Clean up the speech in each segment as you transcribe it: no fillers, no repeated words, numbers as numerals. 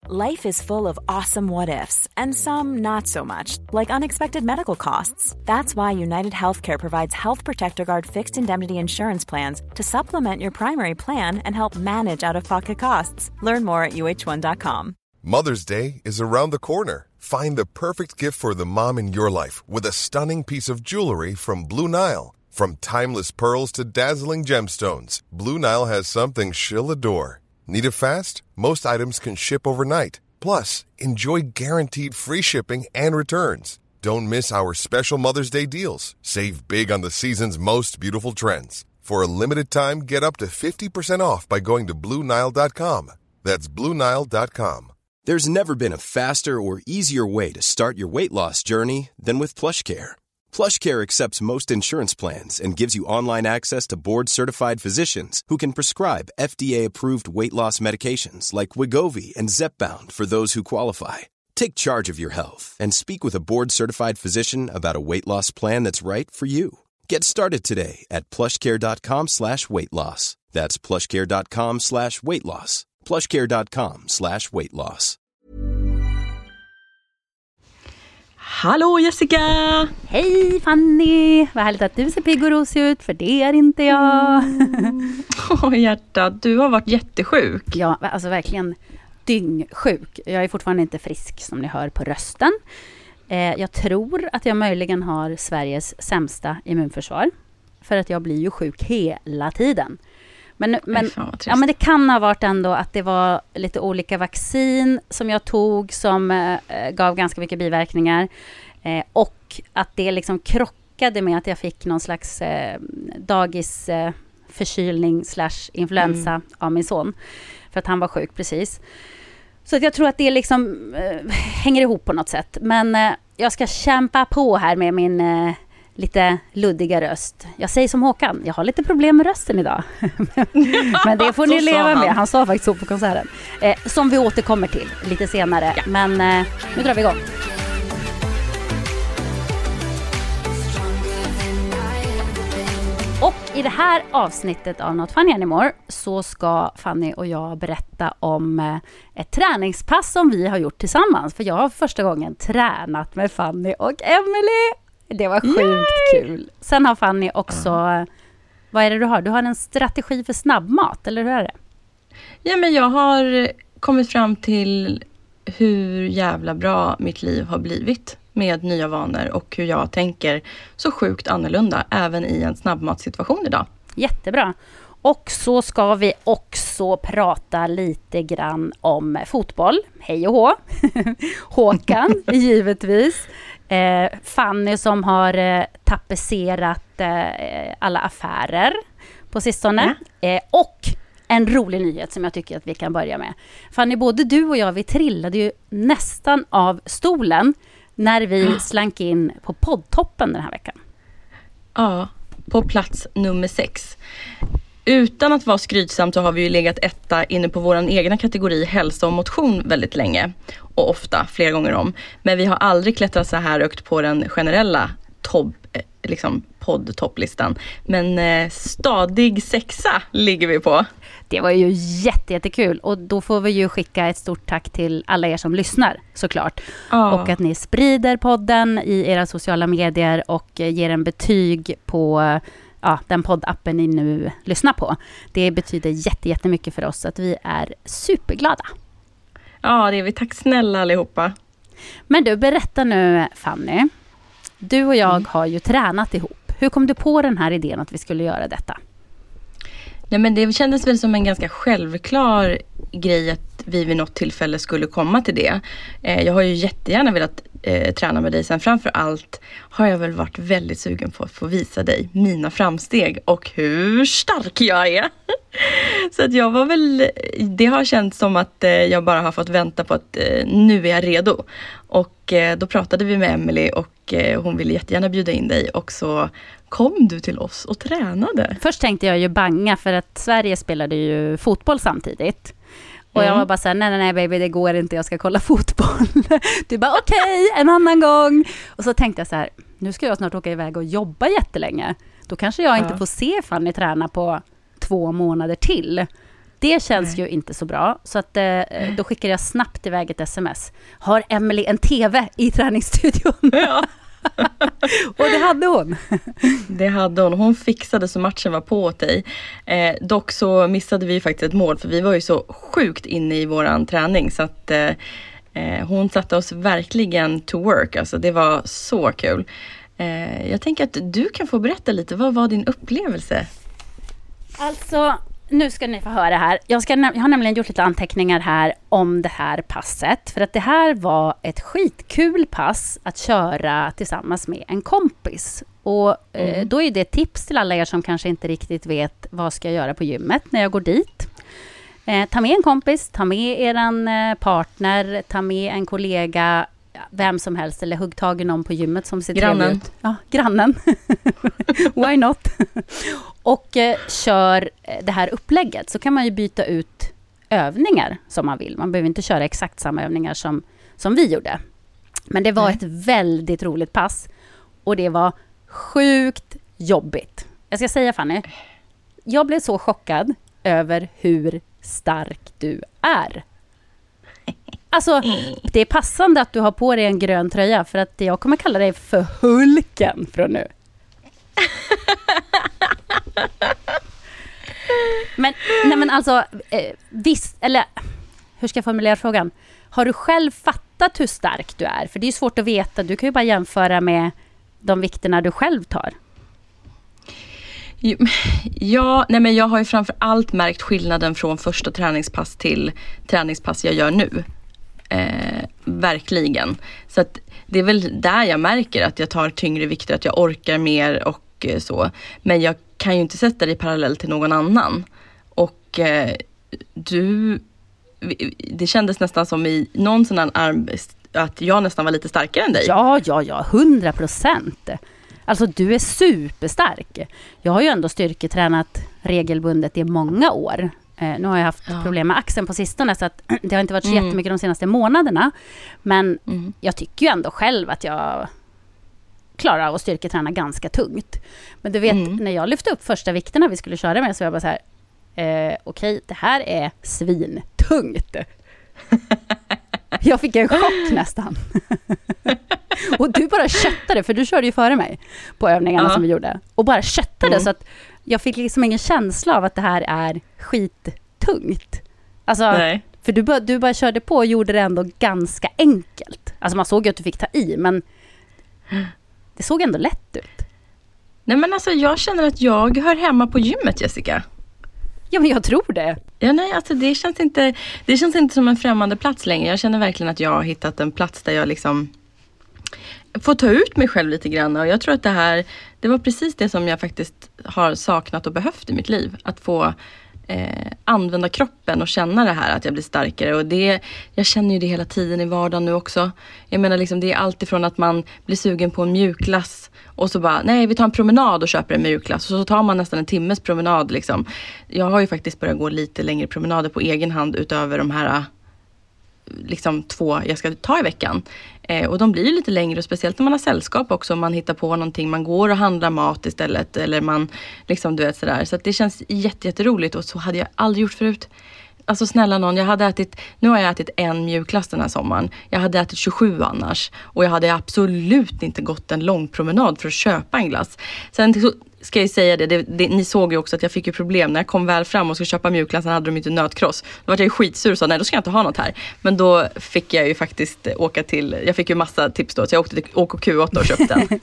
Life is full of awesome what-ifs, and some not so much, like unexpected medical costs. That's why United Healthcare provides Health Protector Guard fixed indemnity insurance plans to supplement your primary plan and help manage out-of-pocket costs. Learn more at uh1.com. Mother's Day is around the corner. Find the perfect gift for the mom in your life with a stunning piece of jewelry from Blue Nile. From timeless pearls to dazzling gemstones, Blue Nile has something she'll adore. Need it fast? Most items can ship overnight. Plus, enjoy guaranteed free shipping and returns. Don't miss our special Mother's Day deals. Save big on the season's most beautiful trends. For a limited time, get up to 50% off by going to BlueNile.com. That's BlueNile.com. There's never been a faster or easier way to start your weight loss journey than with PlushCare. PlushCare accepts most insurance plans and gives you online access to board-certified physicians who can prescribe FDA-approved weight loss medications like Wegovy and Zepbound for those who qualify. Take charge of your health and speak with a board-certified physician about a weight loss plan that's right for you. Get started today at plushcare.com/weightloss. That's plushcare.com/weightloss. plushcare.com/weightloss. Hallå Jessica! Hej Fanny! Vad härligt att du ser pigg och rosig ut, för det är inte jag. Hjärta, du har varit jättesjuk. Ja, alltså verkligen dyngsjuk. Jag är fortfarande inte frisk som ni hör på rösten. Jag tror att jag möjligen har Sveriges sämsta immunförsvar. För att jag blir ju sjuk hela tiden. Men det kan ha varit ändå att det var lite olika vaccin som jag tog som gav ganska mycket biverkningar. Och att det liksom krockade med att jag fick någon slags dagisförkylning /influensa av min son. För att han var sjuk precis. Så att jag tror att det liksom hänger ihop på något sätt. Men jag ska kämpa på här med min lite luddiga röst. Jag säger som Håkan, jag har lite problem med rösten idag. Men det får ni leva med. Han sa faktiskt så på konserten. Som vi återkommer till lite senare. Ja. Men nu drar vi igång. Och i det här avsnittet av Not Funny Anymore så ska Fanny och jag berätta om ett träningspass som vi har gjort tillsammans. För jag har första gången tränat med Fanny och Emily. Det var sjukt kul. Sen har Fanny också, vad är det du har? Du har en strategi för snabbmat, eller hur är det? Ja, men jag har kommit fram till hur jävla bra mitt liv har blivit med nya vanor och hur jag tänker så sjukt annorlunda även i en snabbmatssituation idag. Jättebra. Och så ska vi också prata lite grann om fotboll. Hej och hå. Håkan, givetvis. Fanny som har tapetserat alla affärer på sistone. Och en rolig nyhet som jag tycker att vi kan börja med. Fanny, både du och jag, vi trillade ju nästan av stolen när vi slank in på poddtoppen den här veckan. Ja, på plats nummer 6. Utan att vara skrytsam så har vi ju legat etta inne på våran egna kategori hälsa och motion väldigt länge. Och ofta, flera gånger om. Men vi har aldrig klättrat så här högt på den generella podd-topplistan. Men stadig 6:a ligger vi på. Det var ju jättekul. Och då får vi ju skicka ett stort tack till alla er som lyssnar, såklart. Och att ni sprider podden i era sociala medier och ger en betyg på den poddappen ni nu lyssnar på. Det betyder jättemycket för oss, att vi är superglada. Ja, det är vi. Tack snälla allihopa. Men du, berätta nu Fanny. Du och jag har ju tränat ihop. Hur kom du på den här idén att vi skulle göra detta? Nej, men det kändes väl som en ganska självklar grej att vi vid något tillfälle skulle komma till det. Jag har ju jättegärna velat träna med dig. Sen framför allt har jag väl varit väldigt sugen på att få visa dig mina framsteg och hur stark jag är. Så att jag var väl, det har känts som att jag bara har fått vänta på att nu är jag redo. Och då pratade vi med Emily och hon ville jättegärna bjuda in dig och så kom du till oss och tränade. Först tänkte jag ju banga för att Sverige spelade ju fotboll samtidigt. Och jag var bara så här, nej baby, det går inte, jag ska kolla fotboll. Du bara okej, en annan gång. Och så tänkte jag så här, nu ska jag snart åka iväg och jobba jättelänge. Då kanske jag inte får se Fanny träna på 2 månader till. Det känns ju inte så bra. Så att, då skickar jag snabbt iväg ett sms. Har Emily en tv i träningsstudion? Ja. Och det hade hon. Det hade hon. Hon fixade så matchen var på åt dig. Dock så missade vi faktiskt ett mål. För vi var ju så sjukt inne i våran träning. Så att hon satte oss verkligen to work. Alltså det var så kul. Jag tänker att du kan få berätta lite. Vad var din upplevelse? Alltså, nu ska ni få höra här. Jag har nämligen gjort lite anteckningar här om det här passet. För att det här var ett skitkul pass att köra tillsammans med en kompis. Och då är det ett tips till alla er som kanske inte riktigt vet vad ska jag göra på gymmet när jag går dit. Ta med en kompis, ta med eran partner, ta med en kollega, vem som helst, eller hugg tag i någon på gymmet som ser trevlig ut. Ja, grannen. Why not? Och kör det här upplägget, så kan man ju byta ut övningar som man vill. Man behöver inte köra exakt samma övningar som vi gjorde. Men det var ett väldigt roligt pass. Och det var sjukt jobbigt. Jag ska säga, Fanny, jag blev så chockad över hur stark du är. Alltså, det är passande att du har på dig en grön tröja, för att jag kommer kalla dig för Hulken från nu. Men alltså, visst, eller hur ska jag formulera frågan? Har du själv fattat hur stark du är? För det är ju svårt att veta. Du kan ju bara jämföra med de vikterna du själv tar. Ja, nej men jag har ju framför allt märkt skillnaden från första träningspass till träningspass jag gör nu. Verkligen. Så att det är väl där jag märker att jag tar tyngre vikter, att jag orkar mer och så. Men jag kan ju inte sätta det i parallell till någon annan. Och det kändes nästan som i någon sån här arm att jag nästan var lite starkare än dig. Ja, 100%. Alltså du är superstark. Jag har ju ändå styrketränat regelbundet i många år. Nu har jag haft problem med axeln på sistone, så att det har inte varit så jättemycket de senaste månaderna. Men jag tycker ju ändå själv att jag klarar av att styrketräna ganska tungt. Men du vet, när jag lyfte upp första vikterna vi skulle köra med, så var jag bara så här, okej, det här är svintungt. Jag fick en chock nästan. Och du bara köttade, för du körde ju före mig på övningarna som vi gjorde. Och bara köttade, så att jag fick liksom ingen känsla av att det här är skittungt. Alltså, nej. För du bara körde på och gjorde det ändå ganska enkelt. Alltså man såg ju att du fick ta i, men det såg ändå lätt ut. Nej men alltså jag känner att jag hör hemma på gymmet, Jessica. Ja, men jag tror det. Ja, nej, alltså det känns inte som en främmande plats längre. Jag känner verkligen att jag har hittat en plats där jag liksom får ta ut mig själv lite grann. Och jag tror att det var precis det som jag faktiskt har saknat och behövt i mitt liv. Att få använda kroppen och känna det här, att jag blir starkare. Och jag känner ju det hela tiden i vardagen nu också. Jag menar liksom, det är allt ifrån att man blir sugen på en mjukglass och så bara, nej vi tar en promenad och köper en mjukglass. Och så tar man nästan en timmes promenad liksom. Jag har ju faktiskt börjat gå lite längre promenader på egen hand utöver de här liksom 2 jag ska ta i veckan. Och de blir ju lite längre, och speciellt när man har sällskap också. Man hittar på någonting, man går och handlar mat istället. Eller man liksom, du vet sådär. Så att det känns jätteroligt, och så hade jag aldrig gjort förut. Alltså snälla någon, nu har jag ätit en mjukglass den här sommaren. Jag hade ätit 27 annars. Och jag hade absolut inte gått en lång promenad för att köpa en glass. Sen ska jag säga det, ni såg ju också att jag fick ju problem. När jag kom väl fram och skulle köpa mjukglassen hade de inte nötkross. Då var jag ju skitsur och sa, nej då ska jag inte ha något här. Men då fick jag ju faktiskt jag fick ju massa tips då. Så jag åkte till OKQ8 och köpte den.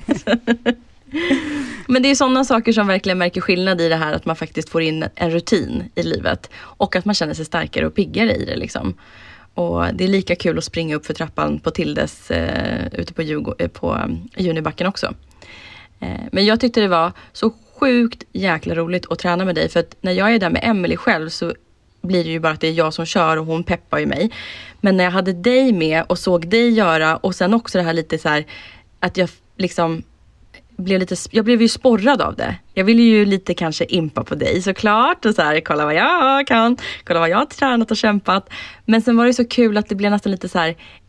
Men det är sådana saker som verkligen märker skillnad i det här, att man faktiskt får in en rutin i livet och att man känner sig starkare och piggare i det liksom. Och det är lika kul att springa upp för trappan på Tildes ute på Junibacken också. Men jag tyckte det var så sjukt jäkla roligt att träna med dig, för att när jag är där med Emily själv så blir det ju bara att det är jag som kör och hon peppar ju mig. Men när jag hade dig med och såg dig göra, och sen också det här lite så här att jag liksom jag blev ju sporrad av det. Jag ville ju lite kanske impa på dig såklart. Och så här, kolla vad jag kan. Kolla vad jag har tränat och kämpat. Men sen var det så kul att det blev nästan lite så här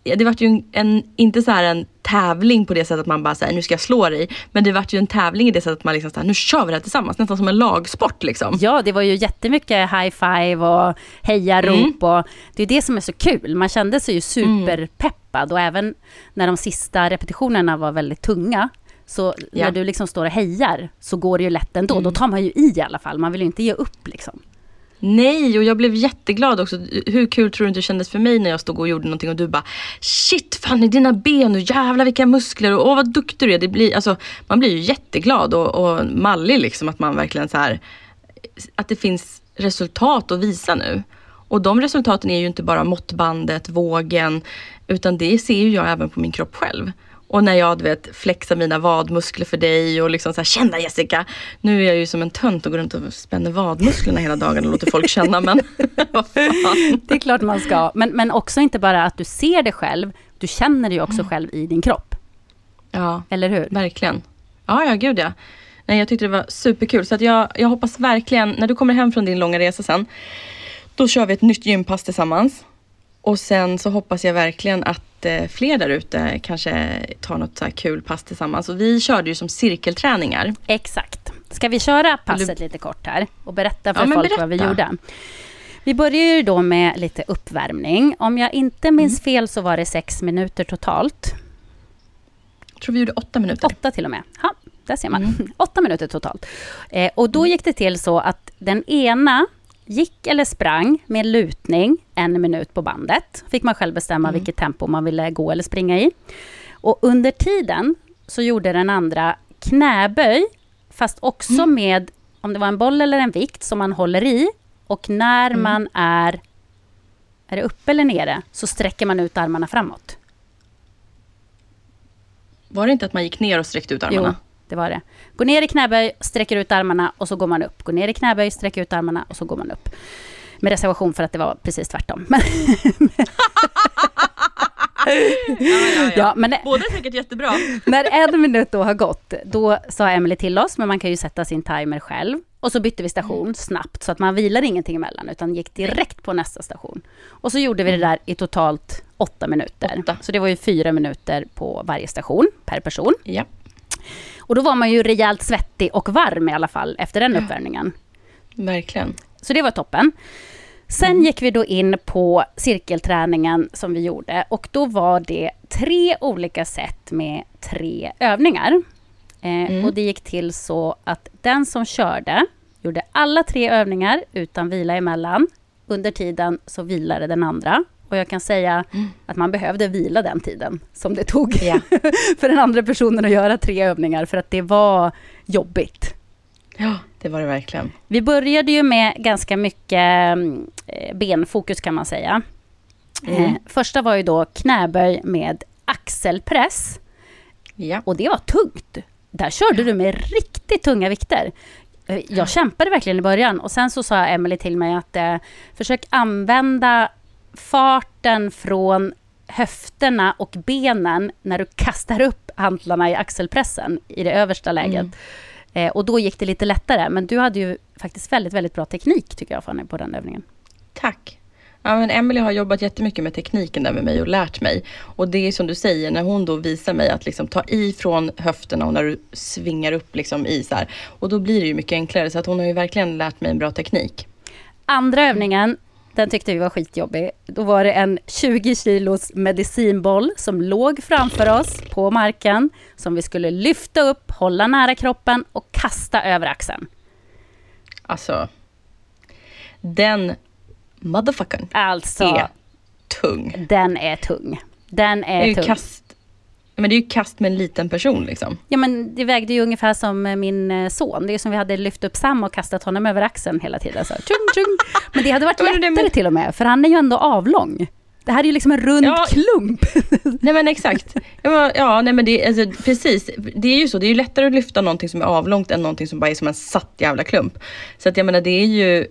det var ju inte så här en tävling på det sättet att man bara säger nu ska jag slå dig. Men det var ju en tävling i det sättet att man liksom så här, nu kör vi det här tillsammans. Nästan som en lagsport liksom. Ja, det var ju jättemycket high five och hejarop. Och det är det som är så kul. Man kände sig ju superpeppad. Och även när de sista repetitionerna var väldigt tunga. Så när du liksom står och hejar så går det ju lätt ändå. Då tar man ju i alla fall. Man vill ju inte ge upp liksom. Nej, och jag blev jätteglad också. Hur kul tror du inte det kändes för mig när jag stod och gjorde någonting och du bara shit, fan i dina ben och jävlar vilka muskler och vad duktig du är. Det blir, alltså, man blir ju jätteglad och mallig liksom att man verkligen så här, att det finns resultat att visa nu. Och de resultaten är ju inte bara måttbandet, vågen, utan det ser ju jag även på min kropp själv. Och när jag flexar mina vadmuskler för dig och liksom så här, känna Jessica, nu är jag ju som en tönt och går runt och spänner vadmusklerna hela dagen och låter folk känna, men vad fan. Det är klart man ska, men också inte bara att du ser det själv, du känner det ju också själv i din kropp. Ja, eller hur? Verkligen. Ja, gud ja. Nej, jag tyckte det var superkul, så att jag hoppas verkligen, när du kommer hem från din långa resa sen, då kör vi ett nytt gympass tillsammans. Och sen så hoppas jag verkligen att fler där ute kanske tar något så här kul pass tillsammans. Och vi körde ju som cirkelträningar. Exakt. Ska vi köra passet lite kort här och berätta för folk vad vi gjorde? Vi börjar ju då med lite uppvärmning. Om jag inte minns fel så var det 6 minuter totalt. Jag tror vi gjorde 8 minuter. 8 till och med. Ja, där ser man. 8 minuter totalt. Och då gick det till så att den ena gick eller sprang med lutning 1 minut på bandet. Fick man själv bestämma vilket tempo man ville gå eller springa i. Och under tiden så gjorde den andra knäböj, fast också med, om det var en boll eller en vikt som man håller i. Och när man är det uppe eller nere, så sträcker man ut armarna framåt. Var det inte att man gick ner och sträckte ut armarna? Jo, det var det. Gå ner i knäböj, sträcker ut armarna och så går man upp. Gå ner i knäböj, sträcker ut armarna och så går man upp. Med reservation för att det var precis tvärtom. Ja, men båda är säkert jättebra. När 1 minut då har gått, då sa Emily till oss, men man kan ju sätta sin timer själv. Och så bytte vi station snabbt så att man vilade ingenting emellan utan gick direkt på nästa station. Och så gjorde vi det där i totalt 8 minuter. 8. Så det var ju 4 minuter på varje station per person. Ja. Och då var man ju rejält svettig och varm i alla fall efter den uppvärmningen. Verkligen. Så det var toppen. Sen gick vi då in på cirkelträningen som vi gjorde. Och då var det 3 olika sätt med 3 övningar. Och det gick till så att den som körde gjorde alla 3 övningar utan vila emellan. Under tiden så vilade den andra. Och jag kan säga att man behövde vila den tiden som det tog för den andra personen att göra 3 övningar. För att det var jobbigt. Ja, det var det verkligen. Vi började ju med ganska mycket benfokus kan man säga. Första var ju då knäböj med axelpress. Ja. Och det var tungt. Där körde du med riktigt tunga vikter. Jag kämpade verkligen i början. Och sen så sa Emily till mig att försök använda farten från höfterna och benen när du kastar upp hantlarna i axelpressen i det översta läget. Och då gick det lite lättare. Men du hade ju faktiskt väldigt, väldigt bra teknik tycker jag Fanny på den övningen. Tack. Ja, men Emily har jobbat jättemycket med tekniken där med mig och lärt mig. Och det är som du säger, när hon då visar mig att liksom ta i från höfterna och när du svingar upp liksom i så här. Och då blir det ju mycket enklare, så att hon har ju verkligen lärt mig en bra teknik. Andra övningen, den tyckte vi var skitjobbig. Då var det en 20 kilos medicinboll som låg framför oss på marken. Som vi skulle lyfta upp, hålla nära kroppen och kasta över axeln. Alltså, den motherfuckern är tung. Den är tung. Den är tung. Men det är ju kast med en liten person liksom. Ja, men det vägde ju ungefär som min son. Det är som vi hade lyft upp Sam och kastat honom över axeln hela tiden. Så, tjung, tjung. Men det hade varit lättare till och med. För han är ju ändå avlång. Det här är ju liksom en rund klump. Nej men exakt. Ja, nej men det, alltså, precis. Det är ju så. Det är ju lättare att lyfta någonting som är avlångt än någonting som bara är som en satt jävla klump. Så att jag menar, det är ju...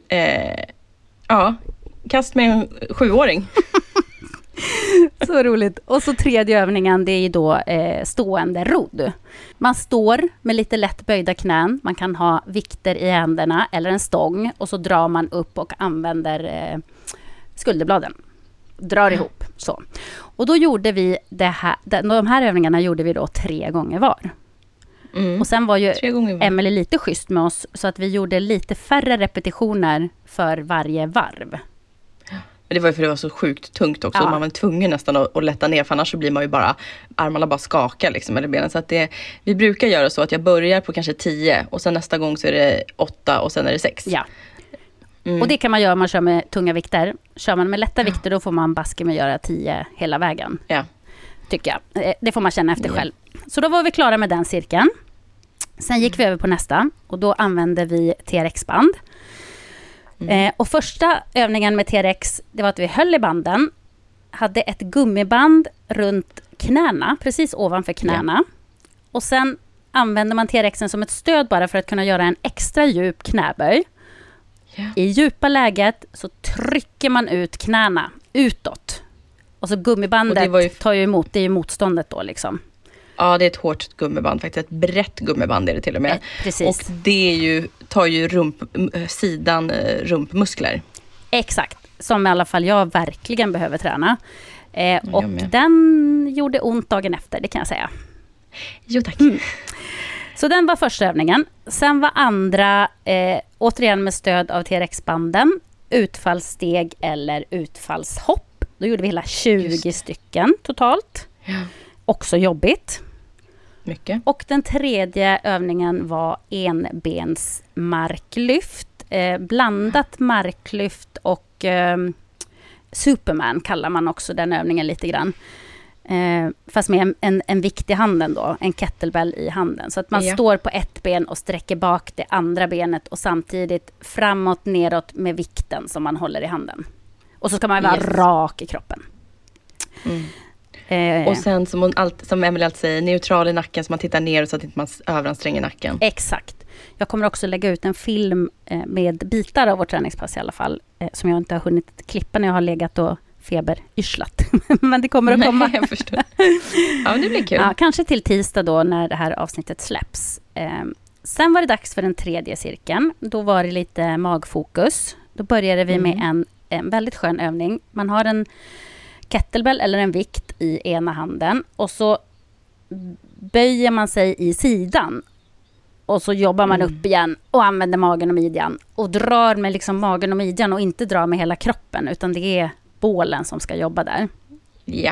kast med en 7-åring. Så roligt. Och så tredje övningen, det är ju då stående rodd. Man står med lite lätt böjda knän. Man kan ha vikter i händerna eller en stång. Och så drar man upp och använder skulderbladen. drar ihop. Så. Och då gjorde vi de här övningarna gjorde vi då 3 gånger var. Och sen var ju Emelie lite schysst med oss så att vi gjorde lite färre repetitioner för varje varv. Det var ju för det var så sjukt tungt också. Man var tvungen nästan att lätta ner, för annars så blir man ju bara, armarna bara skakar liksom, eller benen. Så att vi brukar göra så att jag börjar på kanske 10 och sen nästa gång så är det 8 och sen är det 6. Ja. Och det kan man göra om man kör med tunga vikter. Kör man med lätta vikter då får man baske med göra 10 hela vägen. Ja. Tycker jag. Det får man känna efter själv. Så då var vi klara med den cirkeln. Sen gick vi över på nästa och då använde vi TRX-band. Och första övningen med TRX, det var att vi höll i banden, hade ett gummiband runt knäna, precis ovanför knäna. Och sen använde man TRXen som ett stöd bara för att kunna göra en extra djup knäböj. I djupa läget så trycker man ut knäna utåt. Och så gummibandet tar ju emot, det är ju motståndet då liksom. Ja, det är ett hårt gummiband faktiskt. Ett brett gummiband är det till och med. Precis. Och det tar ju rumpmuskler. Exakt. Som i alla fall jag verkligen behöver träna. Och den gjorde ont dagen efter, det kan jag säga. Jo, tack. Så den var första övningen. Sen var andra, återigen med stöd av TRX-banden, utfallssteg eller utfallshopp. Då gjorde vi hela 20 stycken totalt. Ja. Också jobbigt. Mycket. Och den tredje övningen var enbensmarklyft. Blandat marklyft och Superman kallar man också den övningen lite grann. Fast med en vikt i handen då. En kettlebell i handen. Så att man står på ett ben och sträcker bak det andra benet och samtidigt framåt, neråt med vikten som man håller i handen. Och så ska man vara rak i kroppen. Och sen som Emelie alltid säger, neutral i nacken så man tittar ner så att inte man överanstränger nacken. Exakt. Jag kommer också lägga ut en film med bitar av vårt träningspass i alla fall. Som jag inte har hunnit klippa när jag har legat och feberyrslat. Men det kommer att komma. Jag förstår. Ja, det blir kul. Ja, kanske till tisdag då när det här avsnittet släpps. Sen var det dags för den tredje cirkeln. Då var det lite magfokus. Då började vi med en väldigt skön övning. Man har en kettlebell eller en vikt i ena handen och så böjer man sig i sidan och så jobbar man upp igen och använder magen och midjan och drar med liksom magen och midjan och inte drar med hela kroppen utan det är bålen som ska jobba där. Ja.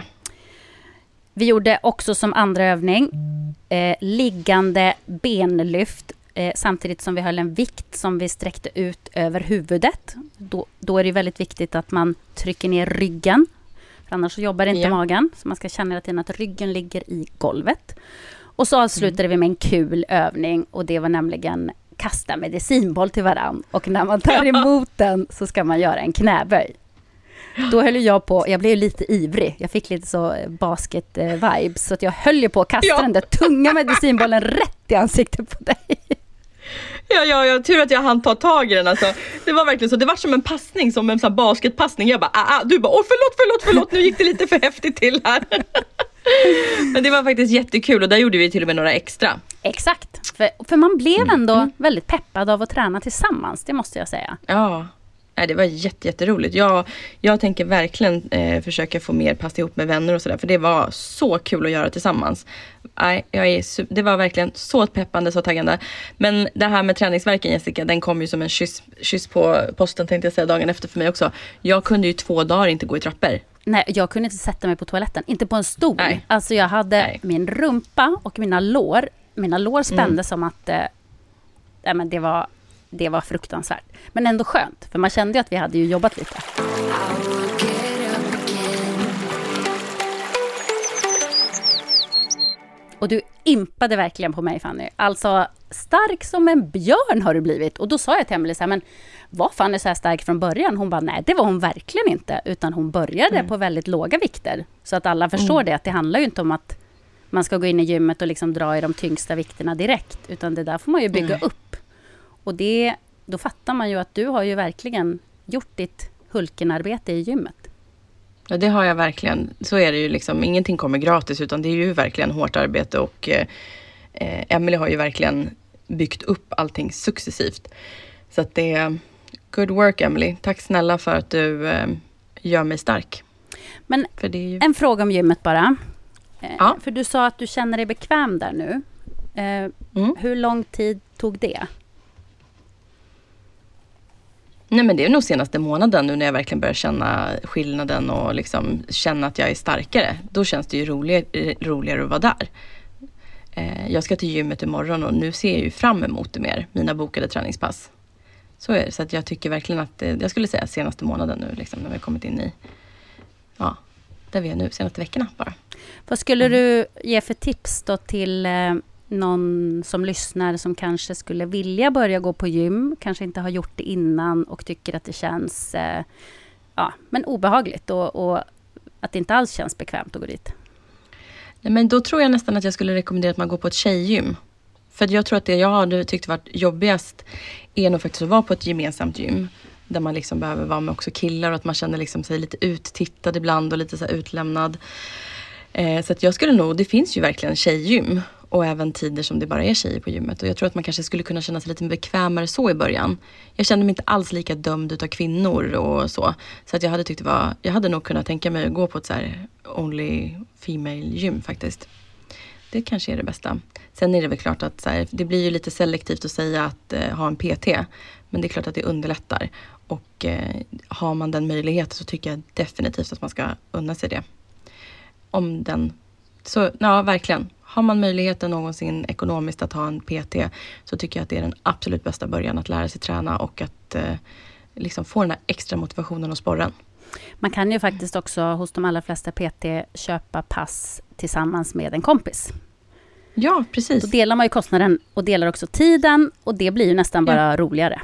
Vi gjorde också som andra övning liggande benlyft samtidigt som vi höll en vikt som vi sträckte ut över huvudet. Då är det väldigt viktigt att man trycker ner ryggen. För annars så jobbar inte magen. Så man ska känna hela tiden att ryggen ligger i golvet. Och så avslutade vi med en kul övning. Och det var nämligen kasta medicinboll till varann. Och när man tar emot den så ska man göra en knäböj. Då höll jag på, jag blev lite ivrig. Jag fick lite så basket-vibes. Så att jag höll ju på att kasta den där tunga medicinbollen rätt i ansiktet på dig. Ja, tur att jag hann ta tag i den alltså. Det var verkligen så, det var som en passning, som en sån här basketpassning. Jag bara, du bara, förlåt, nu gick det lite för häftigt till här. Men det var faktiskt jättekul och där gjorde vi till och med några extra. Exakt, för man blev ändå väldigt peppad av att träna tillsammans, det måste jag säga. Ja, det var jätteroligt. Jag tänker verkligen försöka få mer pass ihop med vänner och sådär. För det var så kul att göra tillsammans. Det var verkligen så peppande, så taggande. Men det här med träningsverken, Jessica, den kom ju som en kyss på posten, tänkte jag säga, dagen efter för mig också. Jag kunde ju 2 dagar inte gå i trappor. Nej, jag kunde inte sätta mig på toaletten. Inte på en stol. Nej. Alltså jag hade min rumpa och mina lår. Mina lår spände som att men det var fruktansvärt. Men ändå skönt. För man kände ju att vi hade ju jobbat lite. Och du impade verkligen på mig, Fanny. Alltså, stark som en björn har du blivit. Och då sa jag till Emelie så här, men var Fanny så här stark från början? Hon bara, nej, det var hon verkligen inte. Utan hon började på väldigt låga vikter. Så att alla förstår det, att det handlar ju inte om att man ska gå in i gymmet och liksom dra i de tyngsta vikterna direkt. Utan det där får man ju bygga upp. Och då fattar man ju att du har ju verkligen gjort ditt Hulkenarbete i gymmet. Ja, det har jag verkligen. Så är det ju liksom. Ingenting kommer gratis, utan det är ju verkligen hårt arbete. Och Emelie har ju verkligen byggt upp allting successivt. Så att det är good work, Emelie. Tack snälla för att du gör mig stark. Men För det är ju... en fråga om gymmet bara. Ja. För du sa att du känner dig bekväm där nu. Hur lång tid tog det? Nej, men det är nog senaste månaden nu när jag verkligen börjar känna skillnaden och liksom känna att jag är starkare. Då känns det ju roligare att vara där. Jag ska till gymmet imorgon och nu ser jag ju fram emot det mer, mina bokade träningspass. Så är det, så att jag tycker verkligen att jag skulle säga senaste månaden nu liksom, när vi har kommit in i, ja, där vi är nu, senaste veckorna bara. Vad skulle du ge för tips då till någon som lyssnar som kanske skulle vilja börja gå på gym, kanske inte har gjort det innan och tycker att det känns men obehagligt och att det inte alls känns bekvämt att gå dit? Nej, men då tror jag nästan att jag skulle rekommendera att man går på ett tjejgym. För jag tror att det jag hade tyckt varit jobbigast är nog faktiskt att vara på ett gemensamt gym. Där man liksom behöver vara med också killar och att man känner liksom sig lite uttittad ibland och lite så här utlämnad. Så att jag skulle nog, det finns ju verkligen tjejgym och även tider som det bara är tjejer på gymmet. Och jag tror att man kanske skulle kunna känna sig lite bekvämare så i början. Jag kände mig inte alls lika dömd utav kvinnor och så. Så att jag hade tyckt jag hade nog kunnat tänka mig att gå på ett så här only female gym faktiskt. Det kanske är det bästa. Sen är det väl klart att så här, det blir ju lite selektivt att säga att ha en PT. Men det är klart att det underlättar. Och har man den möjligheten så tycker jag definitivt att man ska unna sig det. Om den, så ja, verkligen. Har man möjligheten någonsin ekonomiskt att ha en PT så tycker jag att det är den absolut bästa början att lära sig träna och att liksom få den här extra motivationen och sporren. Man kan ju faktiskt också hos de allra flesta PT köpa pass tillsammans med en kompis. Ja, precis. Då delar man ju kostnaden och delar också tiden och det blir ju nästan bara roligare.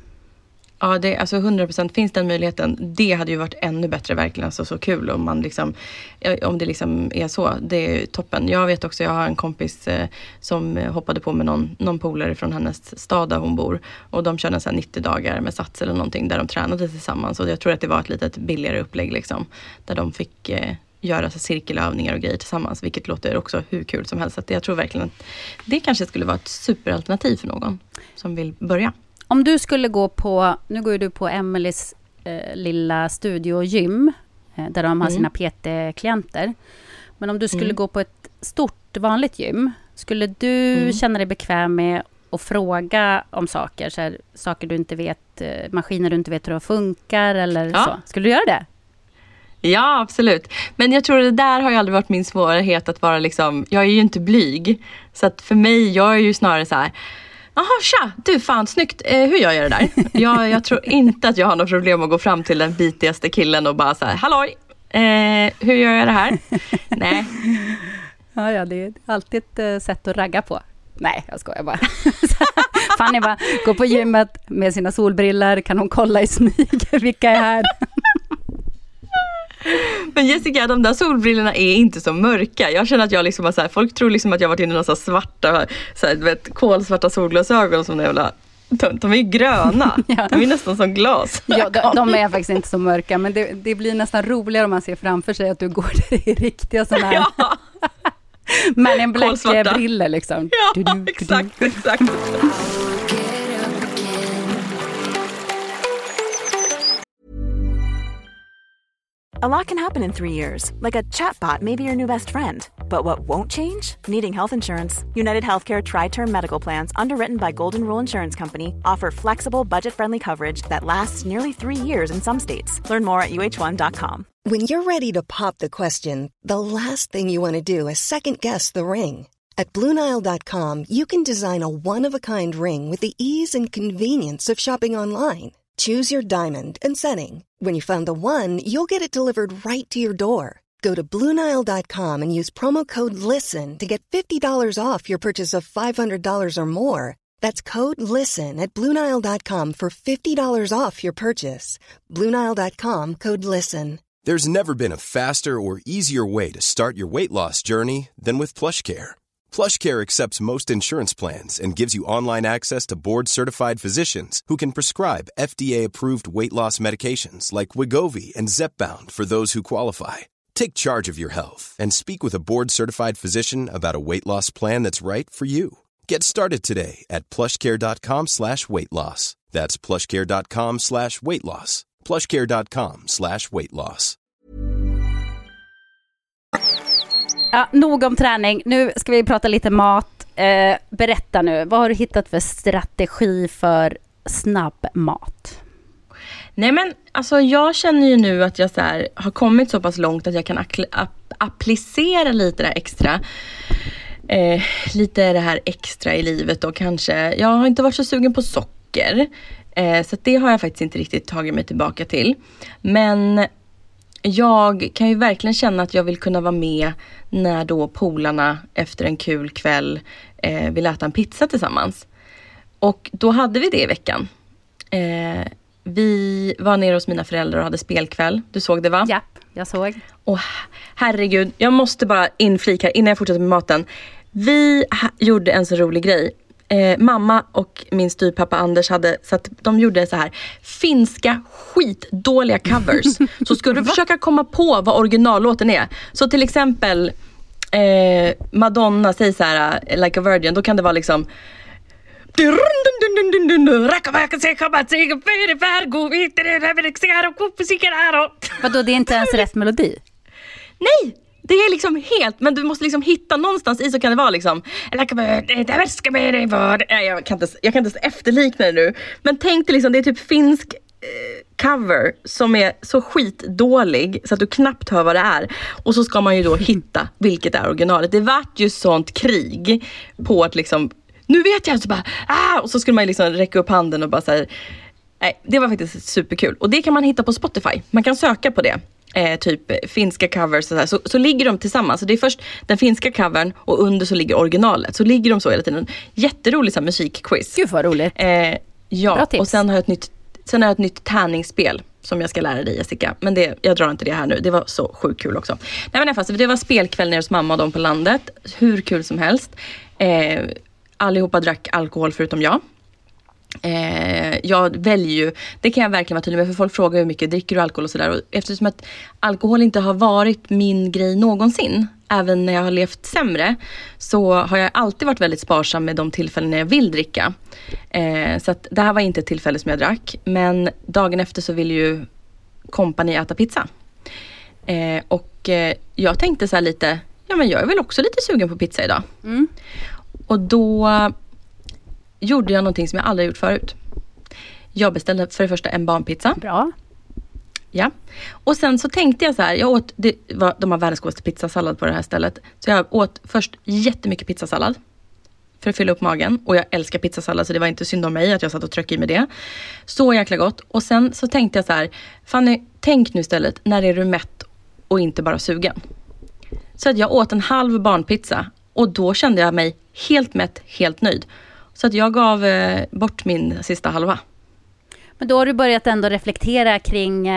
Ja, det, alltså 100% finns den möjligheten. Det hade ju varit ännu bättre verkligen. Alltså, så kul om man liksom, om det liksom är så. Det är toppen. Jag vet också, jag har en kompis som hoppade på med någon polare från hennes stad där hon bor. Och de körde så här 90 dagar med sats eller någonting där de tränade tillsammans. Och jag tror att det var ett litet billigare upplägg liksom. Där de fick göra så cirkelövningar och grejer tillsammans. Vilket låter också hur kul som helst. Så att jag tror verkligen att det kanske skulle vara ett superalternativ för någon som vill börja. Om du skulle gå på, nu går ju du på Emelies lilla studiogym där de har sina PT-klienter. Men om du skulle gå på ett stort vanligt gym, skulle du känna dig bekväm med att fråga om saker? Så här, saker du inte vet, maskiner du inte vet hur de funkar eller så? Skulle du göra det? Ja, absolut. Men jag tror det där har ju aldrig varit min svårighet att vara liksom, jag är ju inte blyg. Så att för mig, jag är ju snarare så här, jaha, tja, du fan snyggt, hur gör jag det där? Jag tror inte att jag har något problem att gå fram till den bitigaste killen och bara så här, halloj, hur gör jag det här? Nej. Ja, det är alltid ett sätt att ragga på. Nej, jag skojar bara. Fanny bara, gå på gymmet med sina solbriller, kan hon kolla i smyg, vilka är här? Men Jessica, de där solbrillorna är inte så mörka. Jag känner att jag liksom har så här, folk tror liksom att jag har varit inne i några så svarta, så här, du vet, kolsvarta solglasögon som jävla, de är ju gröna. Ja. De är nästan som glas. Ja, de är faktiskt inte så mörka, men det blir nästan roligare om man ser framför sig att du går där i riktiga sådana här. Ja. Men en black briller liksom. Ja, exakt. A lot can happen in 3 years, like a chatbot may be your new best friend. But what won't change? Needing health insurance. United Healthcare Tri-Term Medical Plans, underwritten by Golden Rule Insurance Company, offer flexible, budget-friendly coverage that lasts nearly 3 years in some states. Learn more at uh1.com. When you're ready to pop the question, the last thing you want to do is second-guess the ring. At BlueNile.com, you can design a one-of-a-kind ring with the ease and convenience of shopping online. Choose your diamond and setting. When you find the one, you'll get it delivered right to your door. Go to BlueNile.com and use promo code LISTEN to get $50 off your purchase of $500 or more. That's code LISTEN at BlueNile.com for $50 off your purchase. BlueNile.com, code LISTEN. There's never been a faster or easier way to start your weight loss journey than with PlushCare. PlushCare accepts most insurance plans and gives you online access to board-certified physicians who can prescribe FDA-approved weight loss medications like Wegovy and Zepbound for those who qualify. Take charge of your health and speak with a board-certified physician about a weight loss plan that's right for you. Get started today at plushcare.com/weightloss. That's plushcare.com/weightloss. plushcare.com/weightloss. Ja, nog om träning. Nu ska vi prata lite mat. Berätta nu, vad har du hittat för strategi för snabb mat? Nej men alltså jag känner ju nu att jag så här, har kommit så pass långt att jag kan applicera lite det extra. Lite det här extra i livet då kanske. Jag har inte varit så sugen på socker. Så att det har jag faktiskt inte riktigt tagit mig tillbaka till. Men jag kan ju verkligen känna att jag vill kunna vara med när då polarna efter en kul kväll vill äta en pizza tillsammans. Och då hade vi det i veckan. Vi var nere hos mina föräldrar och hade spelkväll. Du såg det, va? Ja, jag såg. Åh, herregud. Jag måste bara inflika här innan jag fortsätter med maten. Vi gjorde en så rolig grej. Mamma och min styvpappa Anders hade, så att de gjorde så här finska skitdåliga covers. Så ska du försöka komma på vad originallåten är. Så till exempel Madonna säger så här Like a Virgin, då kan det vara liksom Vadå, det är inte ens rätt melodi? Nej! Det är liksom helt, men du måste liksom hitta någonstans i, så kan det vara liksom jag kan inte ens efterlikna det nu. Men tänk dig liksom, det är typ finsk cover som är så skitdålig så att du knappt hör vad det är. Och så ska man ju då hitta vilket är originalet. Det vart ju sånt krig på att liksom, nu vet jag, så bara och så skulle man ju liksom räcka upp handen och bara säga nej, det var faktiskt superkul. Och det kan man hitta på Spotify. Man kan söka på det. Typ finska covers så ligger de tillsammans. Så det är först den finska covern och under så ligger originalet. Så ligger de så hela tiden. Jätteroligt så här musikquiz. Gud vad roligt. Ja, och sen har jag ett nytt tärningsspel som jag ska lära dig, Jessica. Men jag drar inte det här nu. Det var så sjukt kul också. Nej, men fast det var spelkväll nere hos mamma och de på landet. Hur kul som helst. Allihopa drack alkohol förutom jag. Jag väljer ju, det kan jag verkligen vara tydlig med, för folk frågar hur mycket dricker du alkohol och sådär, och eftersom att alkohol inte har varit min grej någonsin, även när jag har levt sämre, så har jag alltid varit väldigt sparsam med de tillfällen när jag vill dricka. Så att det här var inte ett tillfälle som jag drack, men dagen efter så ville ju kompani äta pizza. Och jag tänkte så här lite, ja men jag är väl också lite sugen på pizza idag. Och då gjorde jag någonting som jag aldrig gjort förut. Jag beställde för det första en barnpizza. Bra. Ja. Och sen så tänkte jag så här, de har världens godaste pizzasallad på det här stället. Så jag åt först jättemycket pizzasallad för att fylla upp magen. Och jag älskar pizzasallad, så det var inte synd om mig att jag satt och tryckte i med det. Så jäkla gott. Och sen så tänkte jag så här, Fanny, tänk nu istället, när är du mätt och inte bara sugen? Så att jag åt en halv barnpizza. Och då kände jag mig helt mätt, helt nöjd. Så att jag gav bort min sista halva. Men då har du börjat ändå reflektera kring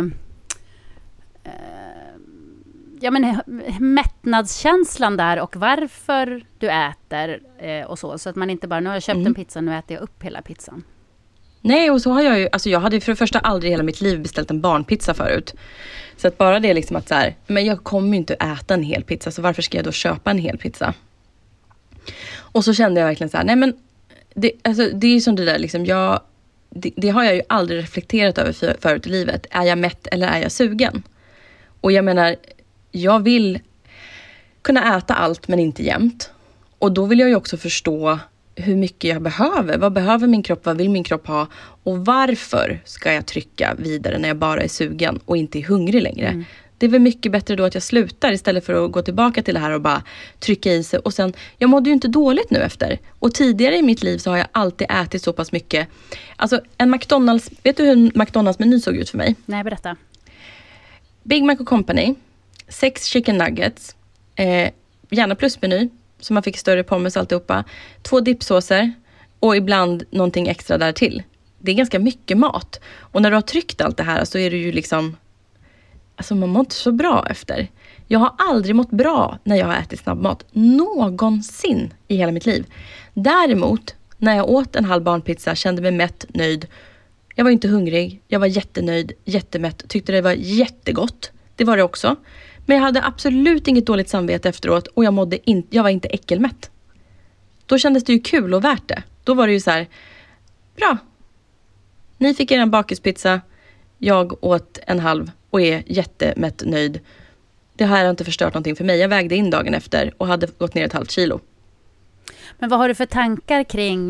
mättnadskänslan där och varför du äter och så. Så att man inte bara, nu har jag köpt en pizza, nu äter jag upp hela pizzan. Nej, och så har jag ju, alltså jag hade för det första aldrig i hela mitt liv beställt en barnpizza förut. Så att bara det liksom att så här, men jag kommer ju inte äta en hel pizza, så varför ska jag då köpa en hel pizza? Och så kände jag verkligen så här, nej men det är ju som det där liksom, det har jag ju aldrig reflekterat över förut i livet. Är jag mätt eller är jag sugen? Och jag menar, jag vill kunna äta allt men inte jämt. Och då vill jag ju också förstå hur mycket jag behöver. Vad behöver min kropp? Vad vill min kropp ha? Och varför ska jag trycka vidare när jag bara är sugen och inte är hungrig längre? Det är väl mycket bättre då att jag slutar istället för att gå tillbaka till det här och bara trycka i sig. Och sen, jag mådde ju inte dåligt nu efter. Och tidigare i mitt liv så har jag alltid ätit så pass mycket. Alltså en McDonalds, vet du hur en McDonalds-meny såg ut för mig? Nej, berätta. Big Mac och Company, 6 chicken nuggets, gärna plusmeny, så man fick större pommes alltihopa, 2 dipsåser och ibland någonting extra där till. Det är ganska mycket mat. Och när du har tryckt allt det här så är det ju liksom, alltså man mår inte så bra efter. Jag har aldrig mått bra när jag har ätit snabbmat. Någonsin i hela mitt liv. Däremot, när jag åt en halv barnpizza, kände mig mätt, nöjd. Jag var inte hungrig. Jag var jättenöjd, jättemätt. Tyckte det var jättegott. Det var det också. Men jag hade absolut inget dåligt samvete efteråt. Och jag var inte äckelmätt. Då kändes det ju kul och värt det. Då var det ju så här, bra. Ni fick er en bakispizza. Jag åt en halv och är jättemätt nöjd. Det här har inte förstört någonting för mig. Jag vägde in dagen efter och hade gått ner 1,5 kilo. Men vad har du för tankar kring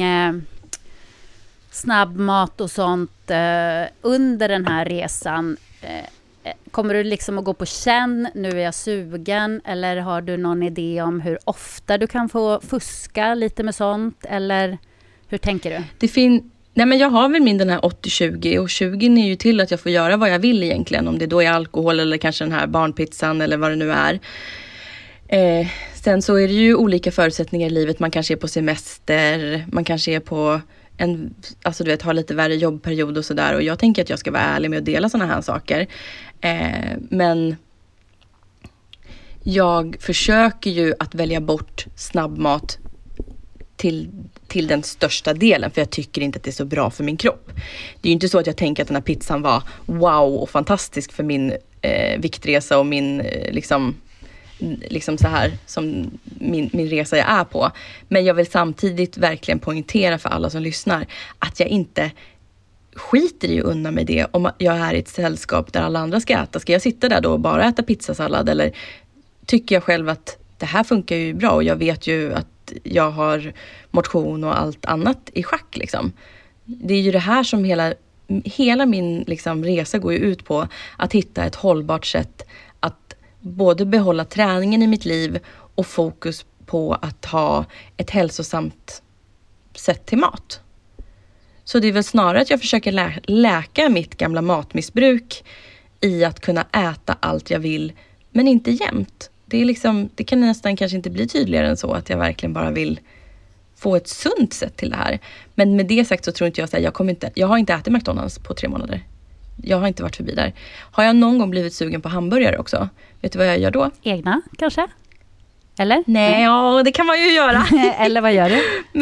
snabbmat och sånt under den här resan? Kommer du liksom att gå på känn, nu är jag sugen, eller har du någon idé om hur ofta du kan få fuska lite med sånt, eller hur tänker du? Nej, men jag har väl den här 80-20, och 20 är ju till att jag får göra vad jag vill egentligen, om det då är alkohol eller kanske den här barnpizzan eller vad det nu är. Sen så är det ju olika förutsättningar i livet. Man kanske är på semester, man kanske är på har lite värre jobbperiod och sådär. Och jag tänker att jag ska vara ärlig med att dela sådana här saker. Men jag försöker ju att välja bort snabbmat till den största delen. För jag tycker inte att det är så bra för min kropp. Det är ju inte så att jag tänker att den här pizzan var wow och fantastisk för min viktresa och min liksom så här som min resa jag är på. Men jag vill samtidigt verkligen poängtera för alla som lyssnar att jag inte skiter i att unna mig det om jag är i ett sällskap där alla andra ska äta. Ska jag sitta där då och bara äta pizzasallad, eller tycker jag själv att det här funkar ju bra och jag vet ju att jag har motion och allt annat i schack liksom. Det är ju det här som hela min liksom resa går ju ut på, att hitta ett hållbart sätt att både behålla träningen i mitt liv och fokus på att ha ett hälsosamt sätt till mat. Så det är väl snarare att jag försöker läka mitt gamla matmissbruk i att kunna äta allt jag vill, men inte jämt. Det kan nästan kanske inte bli tydligare än så, att jag verkligen bara vill få ett sunt sätt till det här. Men med det sagt så tror inte jag att jag har inte ätit McDonald's på 3 månader. Jag har inte varit förbi där. Har jag någon gång blivit sugen på hamburgare också? Vet du vad jag gör då? Egna kanske? Eller? Nej, ja, det kan man ju göra. Eller vad gör du?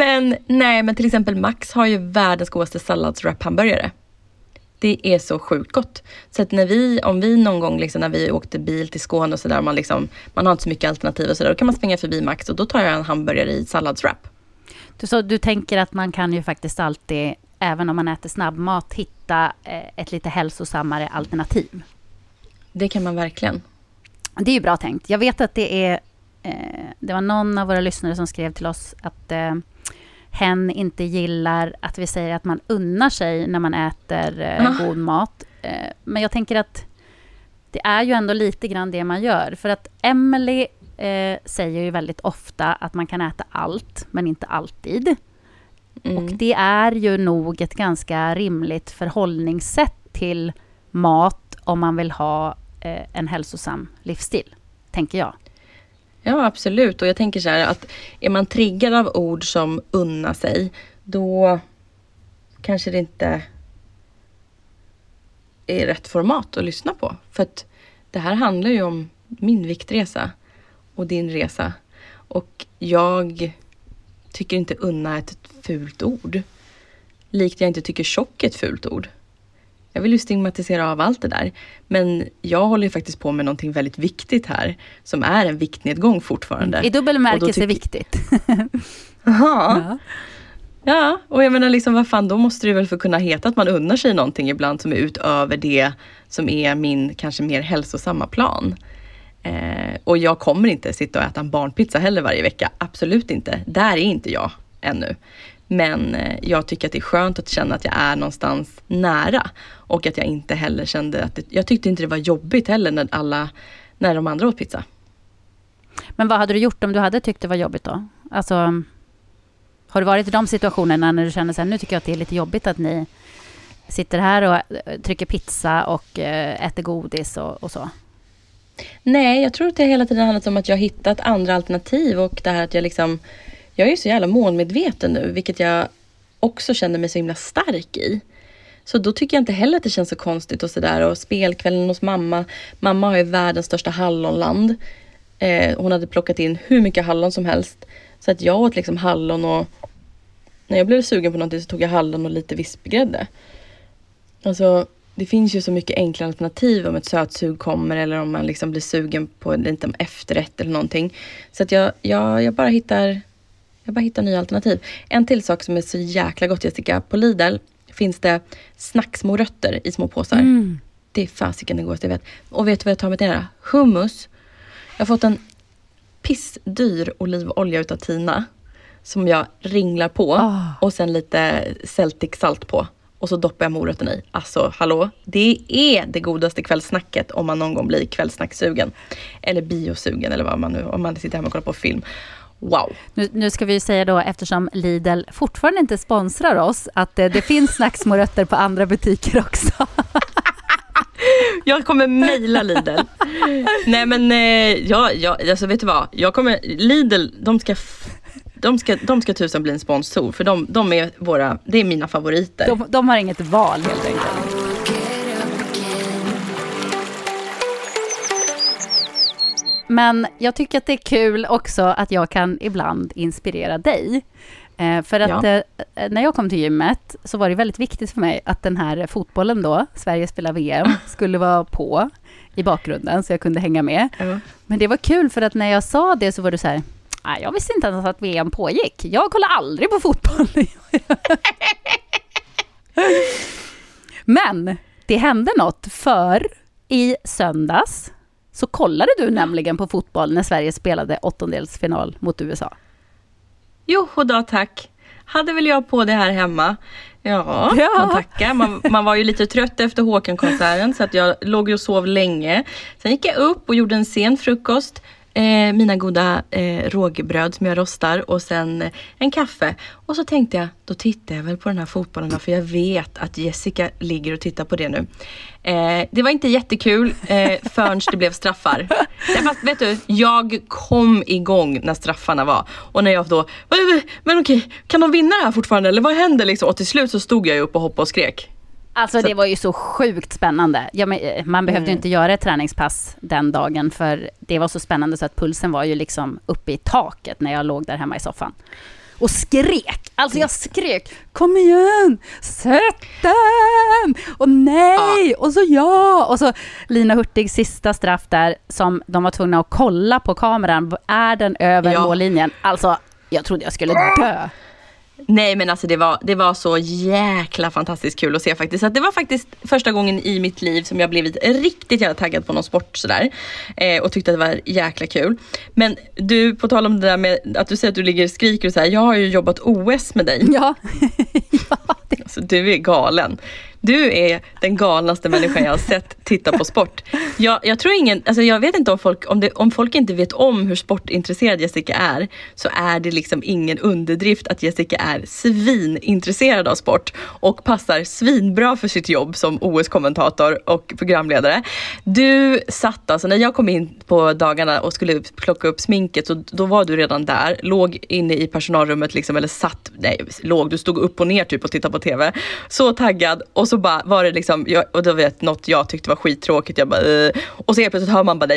Men till exempel Max har ju världens godaste salladswrap-hamburgare. Det är så sjukt gott. Så att om vi någon gång liksom, när vi åkte bil till Skåne och sådär, man har inte så mycket alternativ och sådär, då kan man springa förbi Max och då tar jag en hamburgare i salladswrap. Så du tänker att man kan ju faktiskt alltid, även om man äter snabbmat, hitta ett lite hälsosammare alternativ? Det kan man verkligen. Det är ju bra tänkt. Jag vet att det var någon av våra lyssnare som skrev till oss att hen inte gillar att vi säger att man unnar sig när man äter god mat. Men jag tänker att det är ju ändå lite grann det man gör. För att Emily säger ju väldigt ofta att man kan äta allt, men inte alltid. Och det är ju nog ett ganska rimligt förhållningssätt till mat om man vill ha en hälsosam livsstil, tänker jag. Ja, absolut. Och jag tänker så här att är man triggad av ord som unna sig, då kanske det inte är rätt format att lyssna på. För att det här handlar ju om min viktresa och din resa. Och jag tycker inte unna är ett fult ord. Likt jag inte tycker tjock är ett fult ord. Jag vill ju stigmatisera av allt det där. Men jag håller ju faktiskt på med någonting väldigt viktigt här. Som är en viktnedgång fortfarande. I dubbel bemärkelse viktigt. Jaha. Ja, och jag menar liksom, vad fan, då måste det väl få kunna heta att man unnar sig någonting ibland som är utöver det som är min kanske mer hälsosamma plan. Och jag kommer inte sitta och äta en barnpizza heller varje vecka. Absolut inte. Där är inte jag ännu. Men jag tycker att det är skönt att känna att jag är någonstans nära. Och att jag inte heller kände att jag tyckte inte det var jobbigt heller när de andra åt pizza. Men vad hade du gjort om du hade tyckt det var jobbigt då? Alltså, har du varit i de situationerna när du känner så här, nu tycker jag att det är lite jobbigt att ni sitter här och trycker pizza och äter godis och så? Nej, jag tror att det hela tiden handlat om att jag har hittat andra alternativ och det här att jag är så jävla målmedveten nu, vilket jag också känner mig så himla stark i. Så då tycker jag inte heller att det känns så konstigt och sådär. Och spelkvällen hos mamma. Mamma har ju världens största hallonland. Hon hade plockat in hur mycket hallon som helst. Så att jag åt liksom hallon och när jag blev sugen på någonting så tog jag hallon och lite vispgrädde. Alltså, det finns ju så mycket enkla alternativ om ett sötsug kommer eller om man liksom blir sugen på en liten efterrätt eller någonting. Så att jag bara hittar nya alternativ. En till sak som är så jäkla gott, Jessica, på Lidl finns det snacksmorötter i små påsar. Det är fasiken det godaste jag vet. Och vet du vad jag tar med det här? Hummus Jag har fått en pissdyr olivolja utav Tina. Som jag ringlar på. Och sen lite Celtic salt på. Och så doppar jag morötten i. Alltså, hallå. Det är det godaste kvällssnacket om man någon gång blir kvällssnacksugen. Eller biosugen eller vad man nu, om man sitter hemma och kollar på film. Wow. Nu ska vi ju säga då, eftersom Lidl fortfarande inte sponsrar oss, att det finns snacksmorötter på andra butiker också. Jag kommer mejla Lidl. Nej men, alltså vet du vad? Lidl, de ska tusen bli en sponsor. För de är det är mina favoriter. De har inget val helt enkelt. Men jag tycker att det är kul också att jag kan ibland inspirera dig. För att när jag kom till gymmet så var det väldigt viktigt för mig att den här fotbollen då, Sverige spelar VM, skulle vara på i bakgrunden så jag kunde hänga med. Men det var kul för att när jag sa det så var det så här, jag visste inte ens att VM pågick. Jag kollar aldrig på fotboll. Men det hände något, för i söndags så kollade du nämligen på fotboll när Sverige spelade åttondelsfinal mot USA. Jo då, tack. Hade väl jag på det här hemma. Ja. Man tackar. Man var ju lite trött efter Håkan-konserten så att jag låg och sov länge. Sen gick jag upp och gjorde en sen frukost. Mina goda rågbröd som jag rostar och sen en kaffe. Och så tänkte jag, då tittar jag väl på den här fotbollen för jag vet att Jessica ligger och tittar på det nu. Det var inte jättekul förrän det blev straffar. Fast vet du, jag kom igång när straffarna var. Och när jag då, men okej, kan de vinna det här fortfarande? Eller vad händer liksom? Och till slut så stod jag upp och hoppade och skrek. Alltså det var ju så sjukt spännande. Man behövde ju inte göra ett träningspass den dagen för det var så spännande så att pulsen var ju liksom uppe i taket när jag låg där hemma i soffan. Och skrek. Alltså jag skrek. Kom igen! Sätt den! Och nej! Och så ja! Och så Lina Hurtigs sista straff där som de var tvungna att kolla på kameran. Är den över mållinjen? Alltså jag trodde jag skulle dö. Nej men alltså det var så jäkla fantastiskt kul att se faktiskt. Så att det var faktiskt första gången i mitt liv som jag blivit riktigt jävla taggad på någon sport sådär. Och tyckte att det var jäkla kul. Men du, på tal om det där med att du säger att du ligger och skriker och så här. Jag har ju jobbat OS med dig. Ja. Alltså, du är galen. Du är den galnaste människan jag har sett titta på sport. Jag tror jag vet inte om folk inte vet om hur sportintresserad Jessica är, så är det liksom ingen underdrift att Jessica är svinintresserad av sport och passar svinbra för sitt jobb som OS-kommentator och programledare. Du satt alltså, när jag kom in på dagarna och skulle plocka upp sminket, så då var du redan där, låg inne i personalrummet liksom, eller du stod upp och ner typ och tittade på TV. Så taggad, och så bara var det liksom, och då vet något jag tyckte var skittråkigt, jag bara och så helt plötsligt hör man bara dig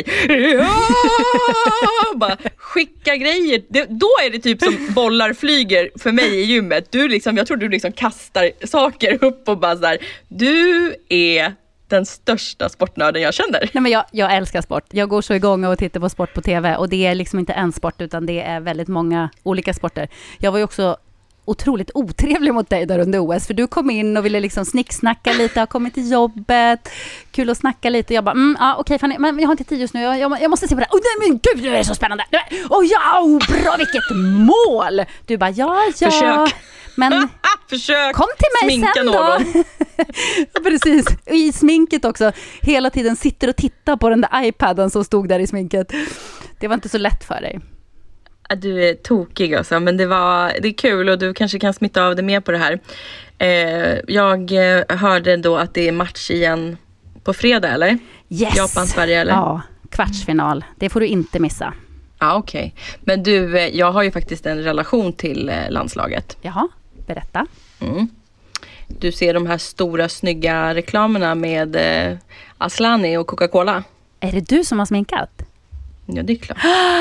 bara skicka grejer, då är det typ som bollar flyger för mig i gymmet. Du liksom, jag tror du liksom kastar saker upp och bara så här, du är den största sportnörden jag känner. Nej, men jag älskar sport. Jag går så igång och tittar på sport på TV, och det är liksom inte en sport utan det är väldigt många olika sporter. Jag var ju också otroligt otrevlig mot dig där under OS, för du kom in och ville liksom snicksnacka lite, har kommit till jobbet, kul att snacka lite, och jag bara, okej, Fanny, men jag har inte tid just nu, jag måste se på det. Nej men gud, det är så spännande. Bra, vilket mål. Du bara, ja. Försök. Men försök. Kom till mig sminka sen någon. Då. Precis. Och i sminket också. Hela tiden sitter och tittar på den där iPaden som stod där i sminket. Det var inte så lätt för dig. Du är tokig alltså, men det är kul och du kanske kan smitta av det mer på det här. Jag hörde då att det är match igen på fredag, eller? Yes. Japan-Sverige, eller? Ja, kvartsfinal. Det får du inte missa. Ja, okej. Men du, jag har ju faktiskt en relation till landslaget. Jaha, berätta. Du ser de här stora snygga reklamerna med Aslani och Coca-Cola. Är det du som har sminkat? Ja, det är klart.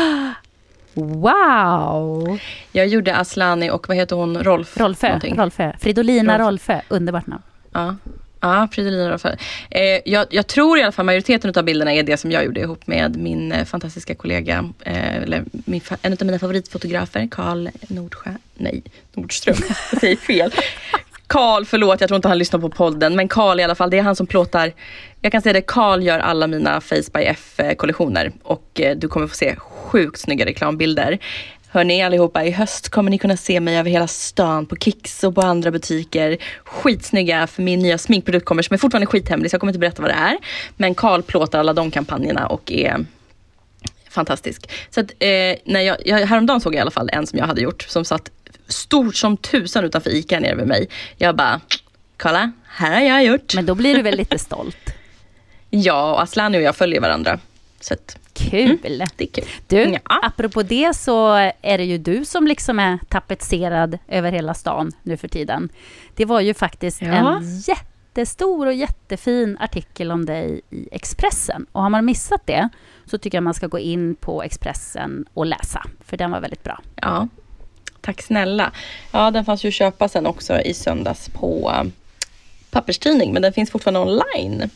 Wow! Jag gjorde Aslani och vad heter hon? Rolfö. Fridolina Rolfö. Underbart namn. Ja, Fridolina Rolfö. Jag tror i alla fall majoriteten av bilderna är det som jag gjorde ihop med min fantastiska kollega, eller en av mina favoritfotografer, Karl Nordström. Jag säger fel. Karl, förlåt, jag tror inte han lyssnar på podden. Men Karl i alla fall, det är han som plåtar. Jag kan säga det, Karl gör alla mina Face by F-kollektioner. Och du kommer få se sjukt snygga reklambilder. Hörrni allihopa, i höst kommer ni kunna se mig över hela stan på Kicks och på andra butiker. Skitsnygga, för min nya sminkprodukt kommer som är fortfarande skithemlig, så jag kommer inte berätta vad det är. Men Karl plåtar alla de kampanjerna och är fantastisk. Så att, när jag häromdagen såg jag i alla fall en som jag hade gjort som satt stort som tusan utanför Ica nere vid mig. Jag bara, kolla, här har jag gjort. Men då blir du väl lite stolt? Ja, och Aslani och jag följer varandra. Så att, kul. Det är kul. Du, apropå det så är det ju du som liksom är tapetserad över hela stan nu för tiden. Det var ju faktiskt en jättestor och jättefin artikel om dig i Expressen. Och har man missat det så tycker jag man ska gå in på Expressen och läsa. För den var väldigt bra. Ja, tack snälla. Ja, den fanns ju att köpa sen också i söndags på papperstidning. Men den finns fortfarande online.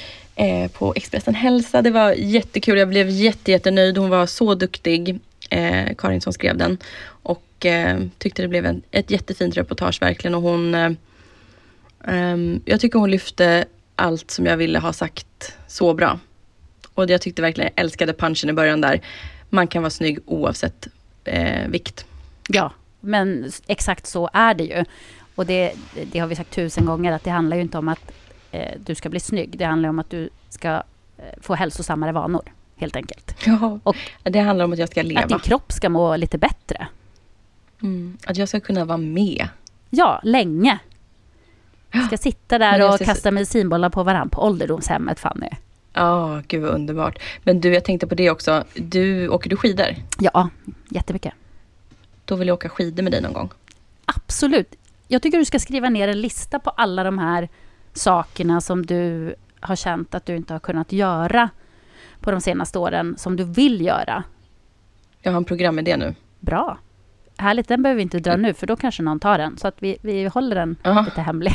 På Expressen Hälsa. Det var jättekul. Jag blev jättenöjd. Hon var så duktig. Karin som skrev den. Och tyckte det blev ett jättefint reportage verkligen. Och hon jag tycker hon lyfte allt som jag ville ha sagt så bra. Och jag tyckte verkligen, jag älskade punchen i början där. Man kan vara snygg oavsett vikt. Ja, men exakt så är det ju. Och det har vi sagt 1000 gånger, att det handlar ju inte om att du ska bli snygg. Det handlar om att du ska få hälsosammare vanor, helt enkelt. Ja, och det handlar om att jag ska leva. Att din kropp ska må lite bättre. Att jag ska kunna vara med. Ja, länge. Jag ska sitta där och kasta medicinbollar på varann på ålderdomshemmet, Fanny. Ja, gud vad underbart. Men du, jag tänkte på det också. Åker du skidor? Ja, jättemycket. Då vill jag åka skidor med dig någon gång. Absolut. Jag tycker du ska skriva ner en lista på alla de här sakerna som du har känt att du inte har kunnat göra på de senaste åren, som du vill göra. Jag har en programidé nu. Bra. Härligt, den behöver vi inte dra nu, för då kanske någon tar den. Så att vi håller den lite hemlig.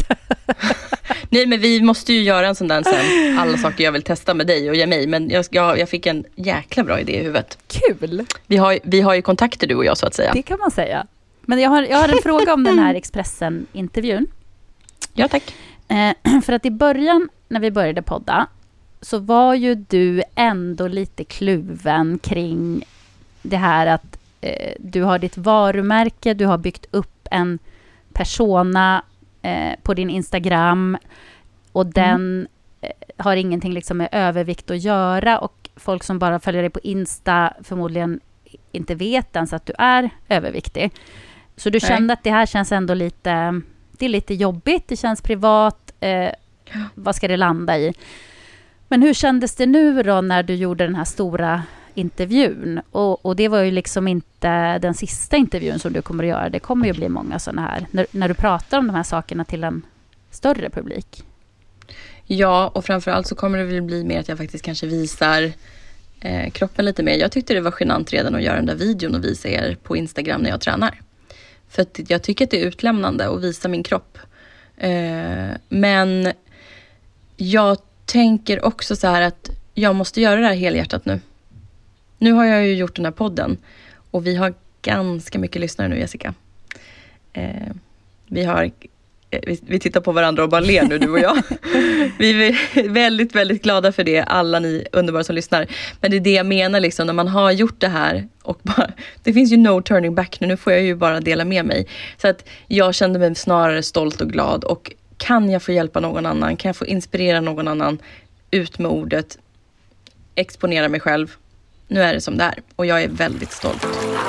Nej, men vi måste ju göra en sån där sen. Alla saker jag vill testa med dig och ge mig. Men jag fick en jäkla bra idé i huvudet. Kul! Vi har ju kontakter, du och jag, så att säga. Det kan man säga. Men jag har en fråga om den här Expressen-intervjun. Ja, tack. För att i början, när vi började podda, så var ju du ändå lite kluven kring det här att du har ditt varumärke, du har byggt upp en persona på din Instagram, och den har ingenting liksom med övervikt att göra, och folk som bara följer dig på Insta förmodligen inte vet ens att du är överviktig. Så du kände att det här känns ändå lite, det är lite jobbigt, det känns privat, vad ska det landa i? Men hur kändes det nu då när du gjorde den här stora intervjun? Och det var ju liksom inte den sista intervjun som du kommer att göra. Det kommer ju bli många sådana här. När du pratar om de här sakerna till en större publik. Ja, och framförallt så kommer det väl bli mer att jag faktiskt kanske visar kroppen lite mer. Jag tyckte det var genant redan att göra den där videon och visa er på Instagram när jag tränar. För att jag tycker att det är utlämnande att visa min kropp. Men jag tänker också så här att jag måste göra det här helhjärtat nu. Nu har jag ju gjort den här podden. Och vi har ganska mycket lyssnare nu, Jessica. Vi tittar på varandra och bara ler nu, du och jag. Vi är väldigt, väldigt glada för det. Alla ni underbara som lyssnar. Men det är det jag menar liksom. När man har gjort det här. Och bara, det finns ju no turning back nu. Nu får jag ju bara dela med mig. Så att jag kände mig snarare stolt och glad. Och kan jag få hjälpa någon annan? Kan jag få inspirera någon annan? Ut med ordet. Exponera mig själv. Nu är det som det är. Och jag är väldigt stolt.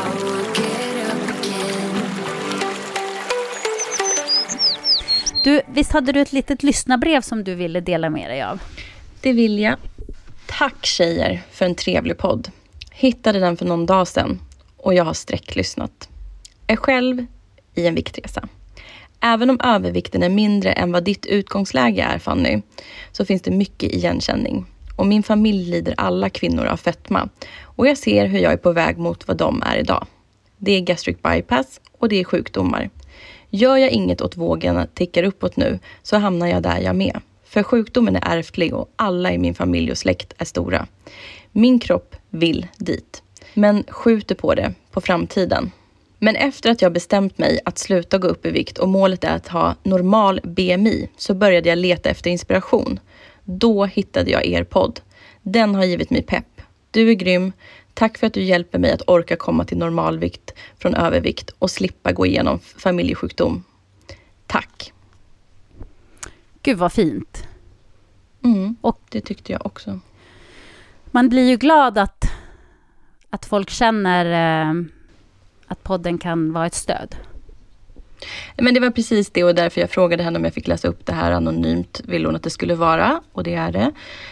Du, visst hade du ett litet lyssnarbrev som du ville dela med dig av? Det vill jag. Tack tjejer för en trevlig podd. Hittade den för någon dag sedan. Och jag har sträcklyssnat. Är själv i en viktresa. Även om övervikten är mindre än vad ditt utgångsläge är, Fanny, så finns det mycket igenkänning. Och min familj lider alla kvinnor av fetma. Och jag ser hur jag är på väg mot vad de är idag. Det är gastric bypass och det är sjukdomar. Gör jag inget åt vågen tickar uppåt nu, så hamnar jag där jag med. För sjukdomen är ärftlig och alla i min familj och släkt är stora. Min kropp vill dit. Men skjuter på det på framtiden. Men efter att jag bestämt mig att sluta gå upp i vikt och målet är att ha normal BMI så började jag leta efter inspiration. Då hittade jag er podd. Den har givit mig pepp. Du är grym. Tack för att du hjälper mig att orka komma till normalvikt från övervikt och slippa gå igenom familjesjukdom. Tack. Gud vad fint. Och det tyckte jag också. Man blir ju glad att folk känner att podden kan vara ett stöd. Men det var precis det och därför jag frågade henne om jag fick läsa upp det här anonymt. Ville hon att det skulle vara och det är det.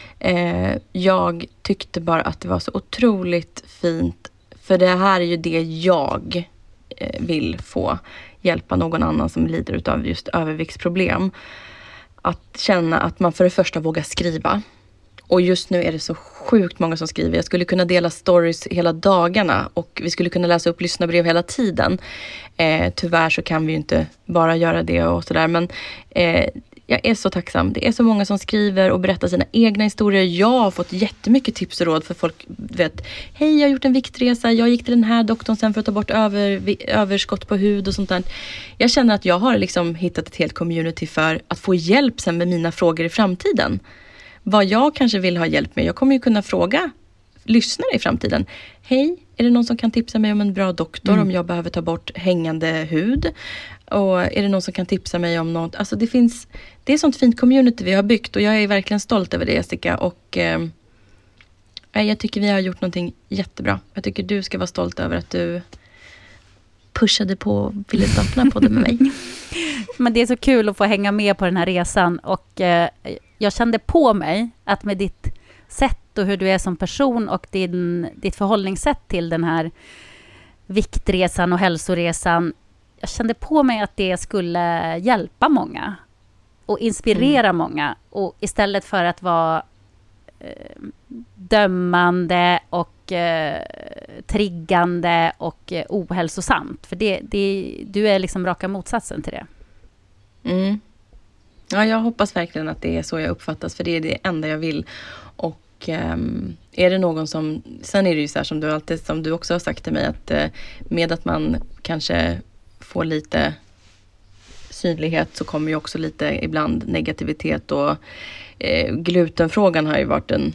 Jag tyckte bara att det var så otroligt fint. För det här är ju det jag vill få hjälpa någon annan som lider utav just överviktsproblem. Att känna att man för det första vågar skriva. Och just nu är det så sjukt många som skriver. Jag skulle kunna dela stories hela dagarna och vi skulle kunna läsa upp lyssnarbrev hela tiden. Tyvärr så kan vi ju inte bara göra det och sådär. Men jag är så tacksam. Det är så många som skriver och berättar sina egna historier. Jag har fått jättemycket tips och råd för folk vet. Hej, jag har gjort en viktresa. Jag gick till den här doktorn sen för att ta bort överskott på hud och sånt där. Jag känner att jag har liksom hittat ett helt community för att få hjälp sen med mina frågor i framtiden. Vad jag kanske vill ha hjälp med. Jag kommer ju kunna fråga lyssnare i framtiden. Hej, är det någon som kan tipsa mig om en bra doktor om jag behöver ta bort hängande hud? Och är det någon som kan tipsa mig om något? Alltså det är sånt fint community vi har byggt och jag är verkligen stolt över det, Jessica. Och jag tycker vi har gjort någonting jättebra. Jag tycker du ska vara stolt över att du pushade på och ville starta podden med mig. Men det är så kul att få hänga med på den här resan och jag kände på mig att med ditt sätt och hur du är som person och ditt förhållningssätt till den här viktresan och hälsoresan, jag kände på mig att det skulle hjälpa många och inspirera många och istället för att vara dömande och triggande och ohälsosamt. För du är liksom raka motsatsen till det. Ja, jag hoppas verkligen att det är så jag uppfattas, för det är det enda jag vill. Och är det någon som... Sen är det ju så här som du också har sagt till mig, att med att man kanske får lite synlighet så kommer ju också lite ibland negativitet och glutenfrågan har ju varit en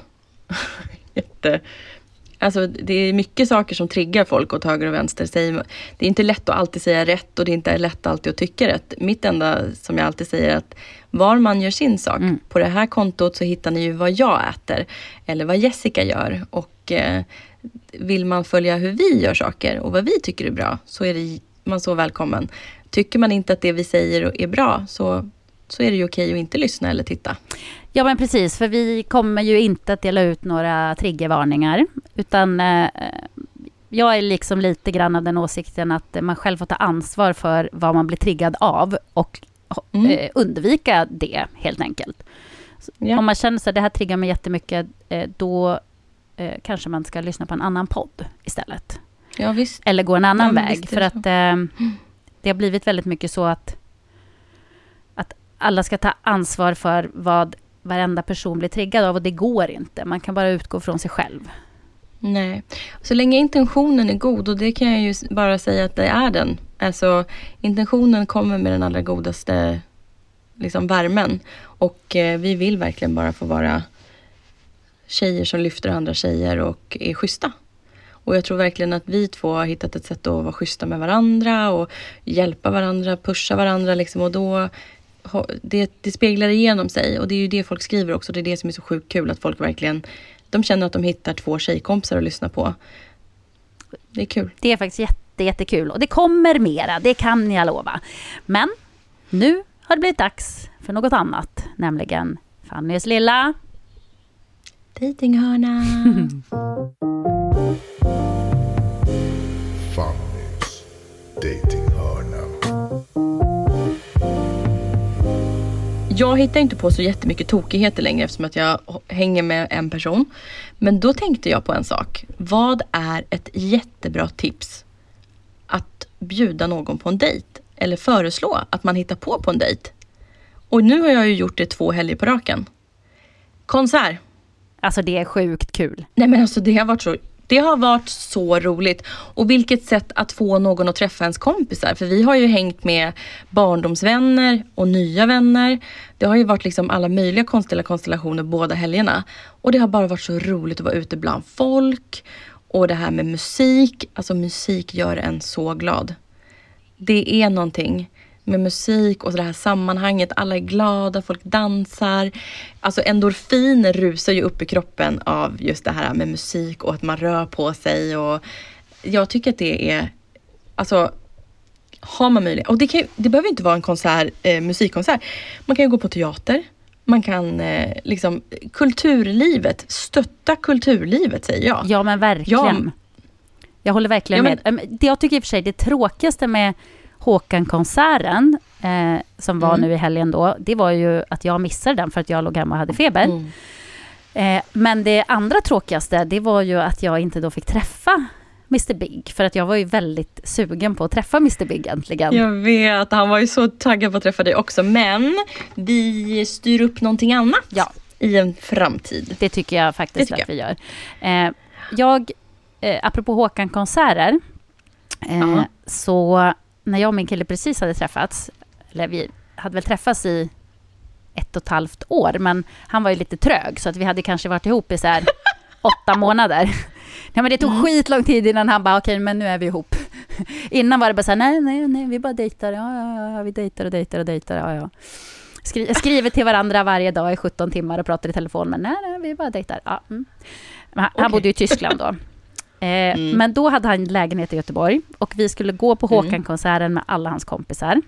alltså det är mycket saker som triggar folk åt höger och vänster. Det är inte lätt att alltid säga rätt och det är inte lätt alltid att tycka rätt. Mitt enda som jag alltid säger är att var man gör sin sak. På det här kontot så hittar ni ju vad jag äter eller vad Jessica gör. Och vill man följa hur vi gör saker och vad vi tycker är bra, så är man så välkommen. Tycker man inte att det vi säger är bra, så är det ju okej att inte lyssna eller titta. Ja, men precis, för vi kommer ju inte att dela ut några triggervarningar, utan jag är liksom lite grann av den åsikten att man själv får ta ansvar för vad man blir triggad av och undvika det helt enkelt. Ja. Om man känner sig att det här triggar mig jättemycket, då kanske man ska lyssna på en annan podd istället. Ja, visst. Eller gå en annan väg, för att det har blivit väldigt mycket så att alla ska ta ansvar för vad varenda person blir triggad av, och det går inte. Man kan bara utgå från sig själv. Nej, så länge intentionen är god, och det kan jag ju bara säga att det är den. Alltså intentionen kommer med den allra godaste liksom värmen, och vi vill verkligen bara få vara tjejer som lyfter andra tjejer och är schyssta. Och jag tror verkligen att vi två har hittat ett sätt att vara schyssta med varandra och hjälpa varandra, pusha varandra liksom, och då det speglar igenom sig, och det är ju det folk skriver också. Det är det som är så sjukt kul, att folk verkligen, de känner att de hittar två tjejkompisar att lyssna på. Det är kul. Det är faktiskt jättekul, och det kommer mera, det kan jag lova. Men nu har det blivit dags för något annat, nämligen Fannys lilla datinghörna. Fannys datinghörna. Jag hittar inte på så jättemycket tokigheter längre eftersom att jag hänger med en person. Men då tänkte jag på en sak. Vad är ett jättebra tips att bjuda någon på en dejt? Eller föreslå att man hittar på en dejt? Och nu har jag ju gjort det 2 helger på raken. Konsert. Alltså det är sjukt kul. Nej, men alltså det har varit så Det har varit så roligt. Och vilket sätt att få någon att träffa ens kompisar. För vi har ju hängt med barndomsvänner och nya vänner. Det har ju varit liksom alla möjliga konstellationer båda helgerna. Och det har bara varit så roligt att vara ute bland folk. Och det här med musik. Alltså musik gör en så glad. Det är någonting med musik och så det här sammanhanget. Alla är glada, folk dansar. Alltså endorfiner rusar ju upp i kroppen av just det här med musik och att man rör på sig. Och jag tycker att det är, alltså har man möjlighet. Och det behöver inte vara en konsert, musikkonsert. Man kan ju gå på teater. Man kan liksom kulturlivet, stötta kulturlivet säger jag. Ja men verkligen. Jag håller verkligen med. Det jag tycker i och för sig det tråkigaste med Håkan-konserten som var nu i helgen då, det var ju att jag missade den för att jag låg hemma och hade feber. Men det andra tråkigaste, det var ju att jag inte då fick träffa Mr. Big. För att jag var ju väldigt sugen på att träffa Mr. Big äntligen. Jag vet, han var ju så taggad på att träffa dig också. Men vi styr upp någonting annat i en framtid. Det tycker jag faktiskt att vi gör. Apropå Håkan-konserter, så när jag och min kille precis hade träffats, eller vi hade väl träffats i 1,5 år, men han var ju lite trög så att vi hade kanske varit ihop i så här 8 månader. Ja, men det tog skitlång tid innan han bara okej, men nu är vi ihop. Innan var det bara så här, nej, vi bara dejtar. Ja, vi dejtar. Ja. Skriver till varandra varje dag i 17 timmar och pratar i telefon, men nej, vi bara dejtar. Ja. Han bodde ju i Tyskland då. Men då hade han lägenhet i Göteborg och vi skulle gå på Håkan-konserten med alla hans kompisar.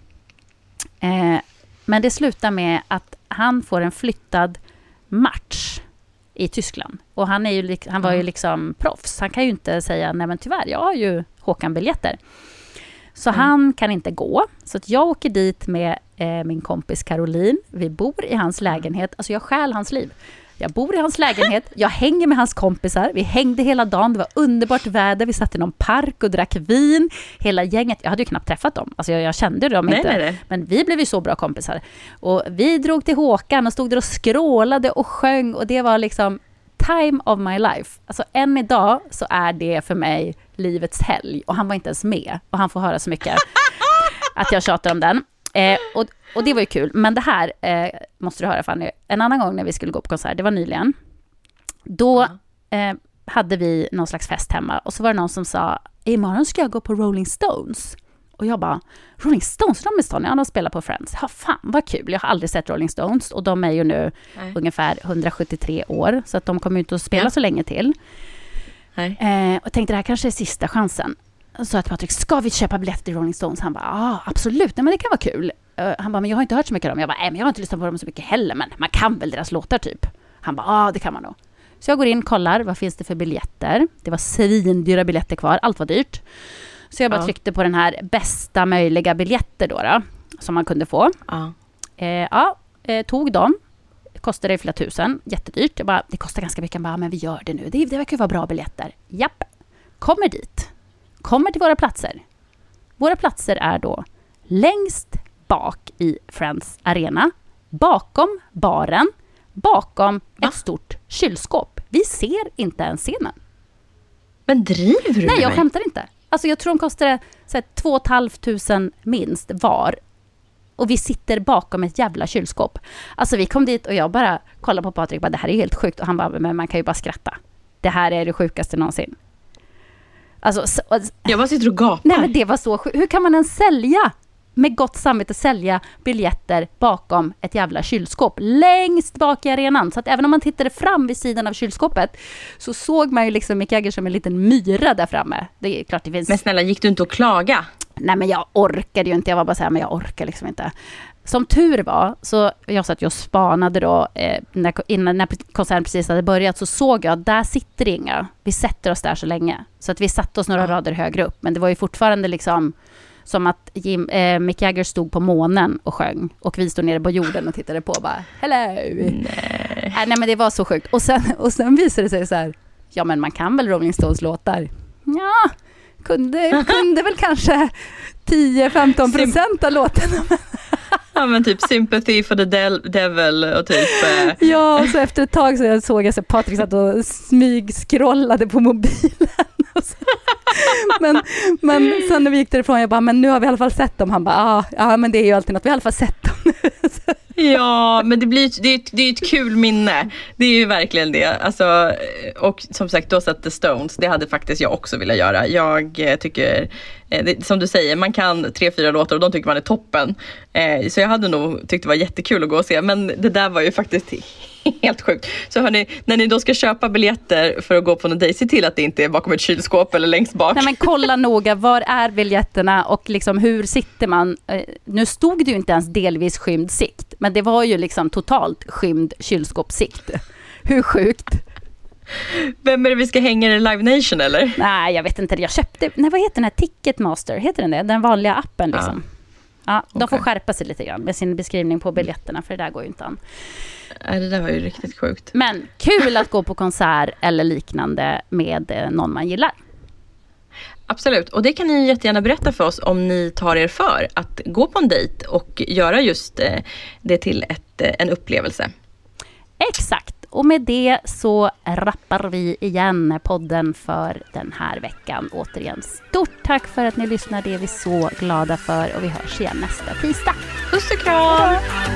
Men det slutar med att han får en flyttad match i Tyskland. Och han var ju liksom proffs. Han kan ju inte säga, nej men tyvärr, jag har ju Håkan-biljetter. Så han kan inte gå. Så att jag åker dit med min kompis Caroline. Vi bor i hans lägenhet. Alltså jag stjäl hans liv. Jag bor i hans lägenhet, jag hänger med hans kompisar. Vi hängde hela dagen, det var underbart väder. Vi satt i någon park och drack vin. Hela gänget, jag hade ju knappt träffat dem. Alltså jag kände dem inte. Nej. Men vi blev ju så bra kompisar. Och vi drog till Håkan och stod där och skrålade och sjöng. Och det var liksom time of my life. Alltså än idag så är det för mig livets helg. Och han var inte ens med. Och han får höra så mycket att jag tjatar om den. Och det var ju kul. Men det här måste du höra, Fanny. En annan gång när vi skulle gå på konsert, det var nyligen. Då hade vi någon slags fest hemma. Och så var det någon som sa, imorgon ska jag gå på Rolling Stones. Och jag bara, Rolling Stones? De spelar på Friends. Ja, fan vad kul. Jag har aldrig sett Rolling Stones. Och de är ju nu ungefär 173 år. Så att de kommer inte att spela så länge till. Och tänkte, det här kanske är sista chansen. Så att Patrik, ska vi köpa biljetter till Rolling Stones? Han bara, absolut, nej, men det kan vara kul. Han bara, men jag har inte hört så mycket om dem. Jag bara, men jag har inte lyssnat på dem så mycket heller. Men man kan väl deras låtar typ. Han bara, det kan man nog. Så jag går in och kollar, vad finns det för biljetter? Det var svindyra biljetter kvar, allt var dyrt. Så jag bara tryckte på den här bästa möjliga biljetter då som man kunde få. Tog dem. Kostade det flera tusen, jättedyrt. Jag bara, det kostar ganska mycket. Jag bara, men vi gör det nu. Det verkar ju vara bra biljetter. Japp, kommer dit. Kommer till våra platser. Våra platser är då längst bak i Friends Arena, bakom baren, bakom ett stort kylskåp. Vi ser inte ens scenen. Men driver du? Nej, jag skämtar inte. Alltså jag tror de kostar 2 500 minst var. Och vi sitter bakom ett jävla kylskåp. Alltså vi kom dit och jag bara kollade på Patrik och bara, det här är helt sjukt. Och han bara, men man kan ju bara skratta. Det här är det sjukaste någonsin. Alltså, jag bara sitter och gapar. Nej, men det var så sjukt. Hur kan man ens med gott samvete sälja biljetter bakom ett jävla kylskåp längst bak i arenan? Så att även om man tittade fram vid sidan av kylskåpet så såg man ju liksom Mick Jagger som en liten myra där framme. Det är klart det finns. Men snälla, gick du inte att klaga? Nej, men jag orkade ju inte. Jag var bara så här, men jag orkar liksom inte. Som tur var, så jag satt och spanade då när konserten precis hade börjat, så såg jag, där sitter inga. Vi sätter oss där så länge. Så att vi satte oss några rader högre upp. Men det var ju fortfarande liksom som att Mick Jagger stod på månen och sjöng. Och vi stod nere på jorden och tittade på och bara, hello! Nej, men det var så sjukt. Och sen visade det sig så här, ja men man kan väl Rolling Stones låtar? Ja, kunde väl kanske 10-15% av låten. Ja, men typ sympathy for the devil och typ... Ja, och så efter ett tag så såg jag så Patrik satt och smygskrollade på mobilen. Men sen när vi gick därifrån, jag bara, men nu har vi i alla fall sett dem. Han bara, ja men det är ju alltid något, vi har i alla fall sett dem nu. Ja, men det är ett kul minne. Det är ju verkligen det. Alltså, och som sagt, då satt The Stones. Det hade faktiskt jag också vilja göra. Jag tycker, som du säger, man kan 3-4 låtar och de tycker man är toppen. Så jag hade nog tyckt det var jättekul att gå och se. Men det där var ju faktiskt helt sjukt. Så hörni, när ni då ska köpa biljetter för att gå på någon dejt, se till att det inte är bakom ett kylskåp eller längst bak. Nej, men kolla noga, var är biljetterna och liksom hur sitter man? Nu stod det ju inte ens delvis skymd sikt, men det var ju liksom totalt skymd kylskåpssikt. Hur sjukt? Vem är det vi ska hänga i Live Nation eller? Nej, jag vet inte. Jag köpte, vad heter den här Ticketmaster? Heter den det? Den vanliga appen liksom. Ja, de får skärpa sig lite grann med sin beskrivning på biljetterna, för det där går ju inte an. Det där var ju riktigt sjukt. Men kul att gå på konsert eller liknande med någon man gillar. Absolut, och det kan ni jättegärna berätta för oss om ni tar er för att gå på en dejt och göra just det till en upplevelse. Exakt, och med det så rappar vi igen podden för den här veckan. Återigen, stort tack för att ni lyssnar, det är vi så glada för, och vi hörs igen nästa tisdag. Puss och kram!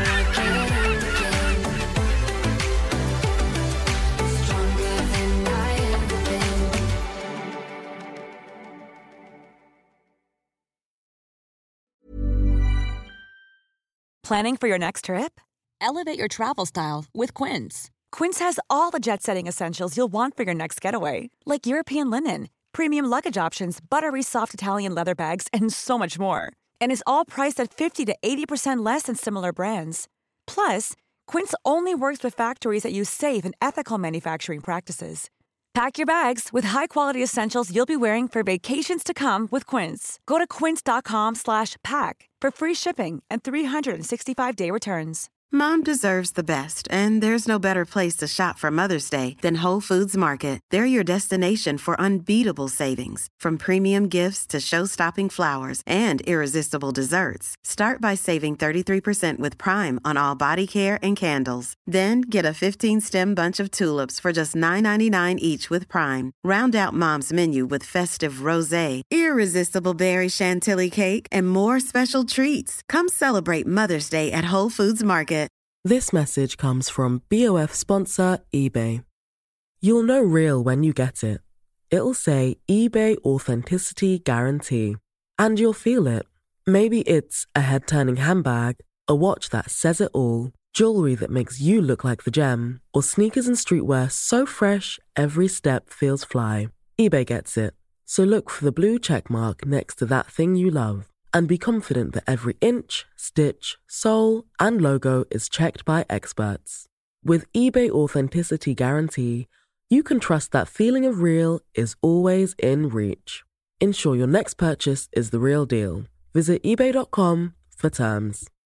Planning for your next trip? Elevate your travel style with Quince. Quince has all the jet-setting essentials you'll want for your next getaway, like European linen, premium luggage options, buttery soft Italian leather bags, and so much more. And is all priced at 50 to 80% less than similar brands. Plus, Quince only works with factories that use safe and ethical manufacturing practices. Pack your bags with high-quality essentials you'll be wearing for vacations to come with Quince. Go to quince.com/pack for free shipping and 365-day returns. Mom deserves the best, and there's no better place to shop for Mother's Day than Whole Foods Market. They're your destination for unbeatable savings, from premium gifts to show-stopping flowers and irresistible desserts. Start by saving 33% with Prime on all body care and candles. Then get a 15-stem bunch of tulips for just $9.99 each with Prime. Round out Mom's menu with festive rosé, irresistible berry chantilly cake, and more special treats. Come celebrate Mother's Day at Whole Foods Market. This message comes from BOF sponsor eBay. You'll know real when you get it. It'll say eBay Authenticity Guarantee. And you'll feel it. Maybe it's a head-turning handbag, a watch that says it all, jewelry that makes you look like the gem, or sneakers and streetwear so fresh every step feels fly. eBay gets it. So look for the blue check mark next to that thing you love. And be confident that every inch, stitch, sole, and logo is checked by experts. With eBay Authenticity Guarantee, you can trust that feeling of real is always in reach. Ensure your next purchase is the real deal. Visit ebay.com for terms.